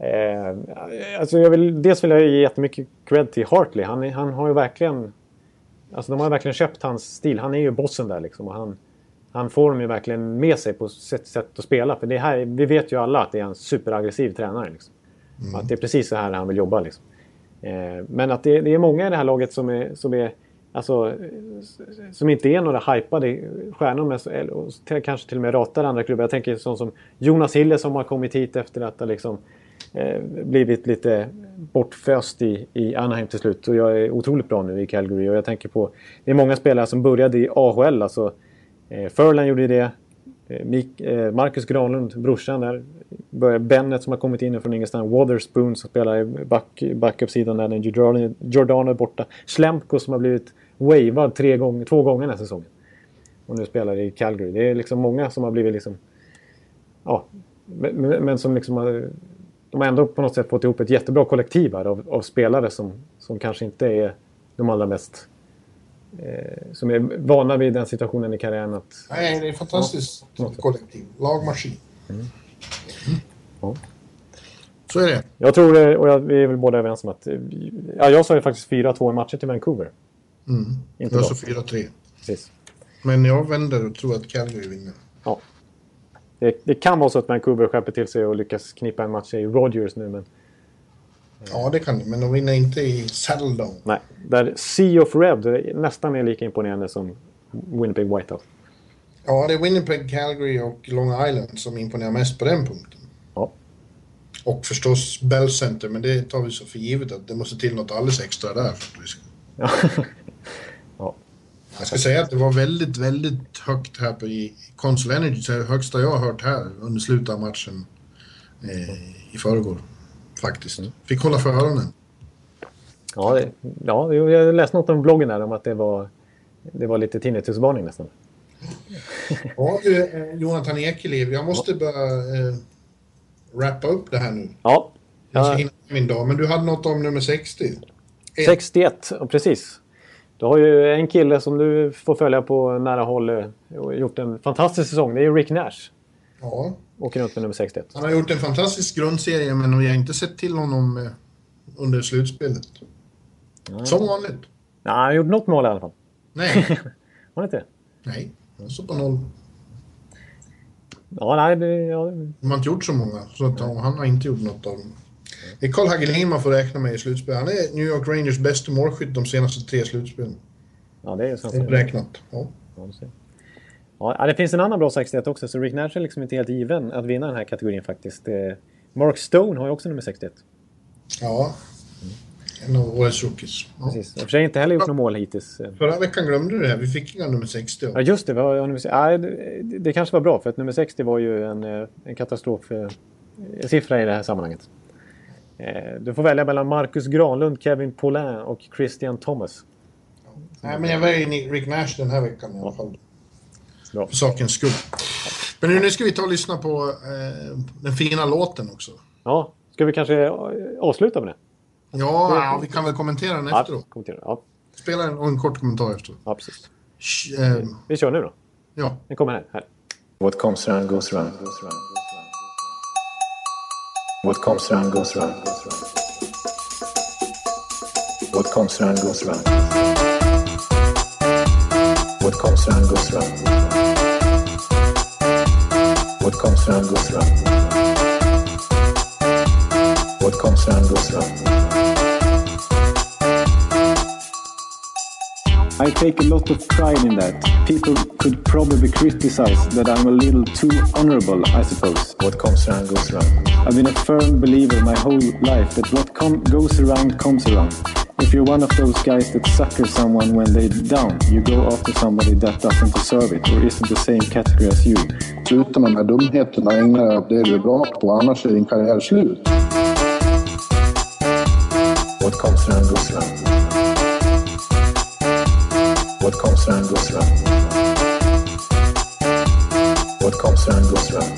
alltså dels vill jag ge jättemycket cred till Hartley. Han har ju verkligen... Alltså de har verkligen köpt hans stil. Han är ju bossen där liksom. Och han får dem ju verkligen med sig på sätt att spela. För det här, vi vet ju alla att det är en superaggressiv tränare liksom. Att det är precis så här han vill jobba liksom. Men att det är många i det här laget som är alltså, som inte är några hypade stjärnor och kanske till och med ratar andra klubbar. Jag tänker sån som Jonas Hille som har kommit hit efter att ha liksom blivit lite bortföst i Anaheim till slut. Och jag är otroligt bra nu i Calgary. Och jag tänker på, det är många spelare som började i AHL. Alltså Furlan gjorde det. Marcus Granlund, brorsan där. Bennett som har kommit in från ingenstans. Wotherspoon som spelar i backup-sidan där när Giordano är borta. Slemko som har blivit wavad 2 gånger den här säsongen. Och nu spelar i Calgary. Det är liksom många som har blivit liksom... Ja, men som liksom har... De har ändå på något sätt fått ihop ett jättebra kollektiv här av spelare som kanske inte är de allra mest... som är vana vid den situationen i karriären att... Nej, det är fantastiskt kollektiv. Lagmaskin. Ja. Så är det. Jag tror det, och vi är väl båda överens om att... Ja, jag sa ju faktiskt 4-2 i matcher till Vancouver. Inte jag sa 4-3. Precis. Men jag vänder och tror att Calgary vinner. Ja. Det kan vara så att Vancouver skärper till sig och lyckas knipa en match i Rogers nu, men... Ja, det kan de, men de vinner inte i Saddle Dome. Nej, där Sea of Red nästan är lika imponerande som Winnipeg Whiteout. Ja, det är Winnipeg, Calgary och Long Island som imponerar mest på den punkten. Ja. Och förstås Bell Center, men det tar vi så för givet att det måste till något alldeles extra där. För att vi ska... Ja. Jag ska säga att det var väldigt, väldigt högt här på i Consol Energy. Det högsta jag har hört här under slutet av matchen i förrgår. Faktiskt. Fick hålla för öronen. Ja, jag läste något om bloggen där om att det var lite tinnitusvarning nästan. Ja, Jonathan Ekeliv, jag måste börja wrappa upp det här nu. Ja. Jag ska hinna min dag, men du hade något om nummer 60. 61, precis. Du har ju en kille som du får följa på nära håll och gjort en fantastisk säsong. Det är ju Rick Nash. Ja. Åker runt med nummer 61. Han har gjort en fantastisk grundserie, men vi har inte sett till honom under slutspelet. Nej. Som vanligt. Ja, han har gjort något mål i alla fall. Nej. Har han inte? Nej, han står på 0. Ja, nej. De har inte gjort så många, så att han har inte gjort något av dem. Det är Carl Hagelin man får räkna med i slutspel. Han är New York Rangers bästa målskytt de senaste 3 slutspelen. Ja, det är så. Räknat, ja. Ja, det finns en annan bra 61 också, så Rick Nash är liksom inte helt given att vinna den här kategorin faktiskt. Mark Stone har ju också nummer 61. Ja, en av årets rookies. Ja. Precis. Jag har för sig inte heller gjort något mål hittills. Förra veckan glömde du det här, vi fick inga nummer 60. Ja, just det. Det kanske var bra, för att nummer 60 var ju en katastrof siffra i det här sammanhanget. Du får välja mellan Marcus Granlund, Kevin Poulin och Christian Thomas. Nej, men jag väljer Rick Nash den här veckan i alla fall. Bra. För sakens skull. Men nu ska vi ta och lyssna på den fina låten också. Ja, ska vi kanske avsluta med det? Ja, vi kan väl kommentera den efter då. Ja. Spela en kort kommentar efter. Ja, precis. Vi kör nu då. Ja. Den kommer här. What comes around goes around. What comes around goes around. What comes around goes around. What comes around goes around. What comes around goes around. What comes around goes around. I take a lot of pride in that. People could probably criticize that I'm a little too honorable, I suppose. What comes around goes around. I've been a firm believer my whole life that what goes around comes around. If you're one of those guys that sucker someone when they're down, you go after somebody that doesn't deserve it or isn't the same category as you. Sluta med de här dumheterna, ägna dig åt det du är bra på, annars är din karriär slut. What comes around goes around. What comes around goes around. What comes around goes around.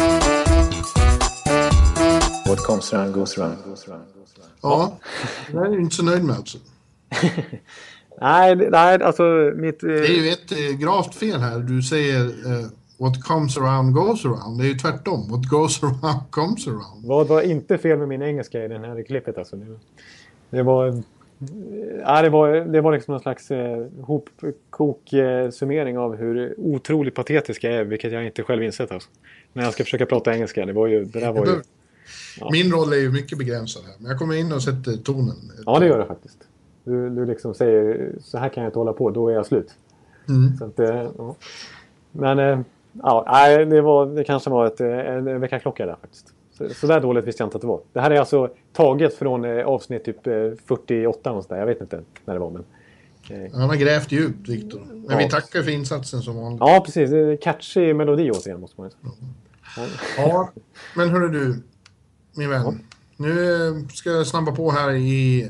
What comes around goes around. Ja, det är du inte så nöjd med alltså. nej, alltså mitt... Det är ju ett gravt fel här. Du säger what comes around goes around. Det är ju tvärtom. What goes around comes around. Vad var inte fel med min engelska i den här klippet alltså? Det var... det var liksom någon slags hopkok-summering av hur otroligt patetisk jag är, vilket jag inte själv insett alltså. När jag ska försöka prata engelska, det där var ju... Ja. Min roll är ju mycket begränsad här, men jag kommer in och sätter tonen. Ja, det gör det faktiskt. Du liksom säger, så här kan jag inte hålla på, då är jag slut. Så att, ja. Men det kanske var en väckarklocka där faktiskt. Så där dåligt visste jag inte att det var. Det här är alltså taget från avsnitt typ 48 någonstans. Jag vet inte när det var. Men, han har grävt djupt, Viktor. Men vi tackar för insatsen som vanligt. Ja, precis. Det är catchy melodi återigen, måste man säga. Ja, men hörru du, min vän. Ja. Nu ska jag snabba på här i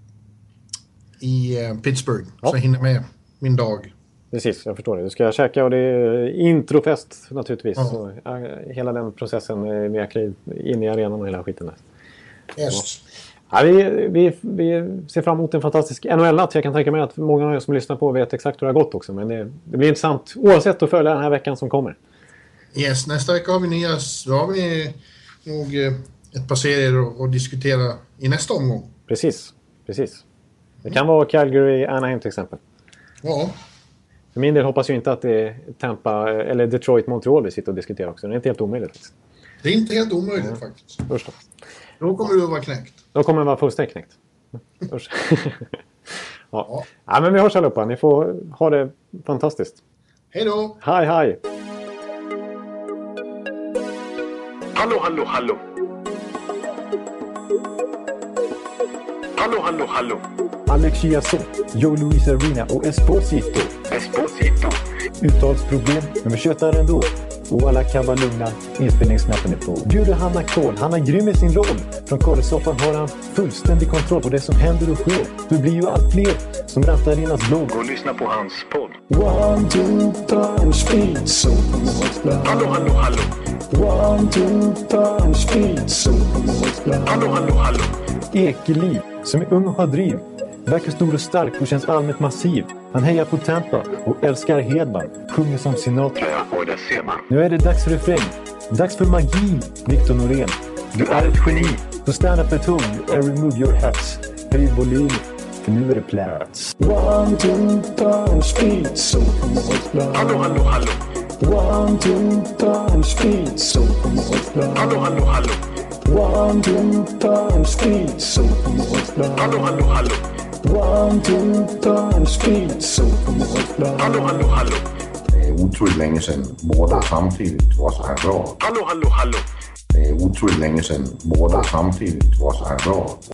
Pittsburgh. Ja. Så jag hinner med min dag. Precis, jag förstår det. Du ska käka och det är introfest naturligtvis. Ja. Så, hela den processen med akryl in i arenan och hela skiten där. Yes. Ja, vi ser fram emot en fantastisk NHL-natt. Jag kan tänka mig att många av er som lyssnar på vet exakt hur det har gått också. Men det blir intressant oavsett att följa den här veckan som kommer. Yes, nästa vecka har vi då har vi nog ett par serier att diskutera i nästa omgång. Precis. Det kan vara Calgary, Anaheim till exempel. Ja. För min del hoppas jag inte att det är Tampa eller Detroit, Montreal vi sitter och diskuterar också. Det är inte helt omöjligt. Det är inte helt omöjligt faktiskt. Först då kommer du att vara knäckt. Då kommer jag vara fullständigt knäckt. Ja, men vi hörs allihopa. Ni får ha det fantastiskt. Hej då! Hej! Hallå! Alex Chiazot, Joe Louis Arena och Esposito. Uttalsproblem, men vi tjötar ändå. Och alla kan vara lugna, inspelningsknappen är på. Bjuder Hanna Kohl, han är grym i sin roll. Från korrespondenten har han fullständig kontroll på det som händer och sker. Det blir ju allt fler som rattar in hans blogg. Och lyssna på hans podd. 1, 2, punch, speed, so Hallå! 1, 2, punch, speed, so Hallå! Ekeliv, som är ung och har driv. Verkar stor och stark och känns allmänt massiv. Han hejar på Tampa och älskar Hedman. Sjunger som Sinatra. Ja, och det ser man. Nu är det dags för refräng. Dags för magi, Victor Norén. Du är ett geni. Så stand up med tung and remove your hats. Höj volym, för nu är det plats. 1, 2, times speed, so Hallå, hallå, hallå. 1, 2, times speed, so Hallå, hallå, hallå. 1, 2, times speed, so Hallå, hallå, hallå. 1, 2, times speed, so Hallå, hallå, hallå. Det är otroligt länge sedan båda samtidigt var så här bra. Hallå, hallå, hallå. Det är otroligt länge sedan båda samtidigt var så här bra.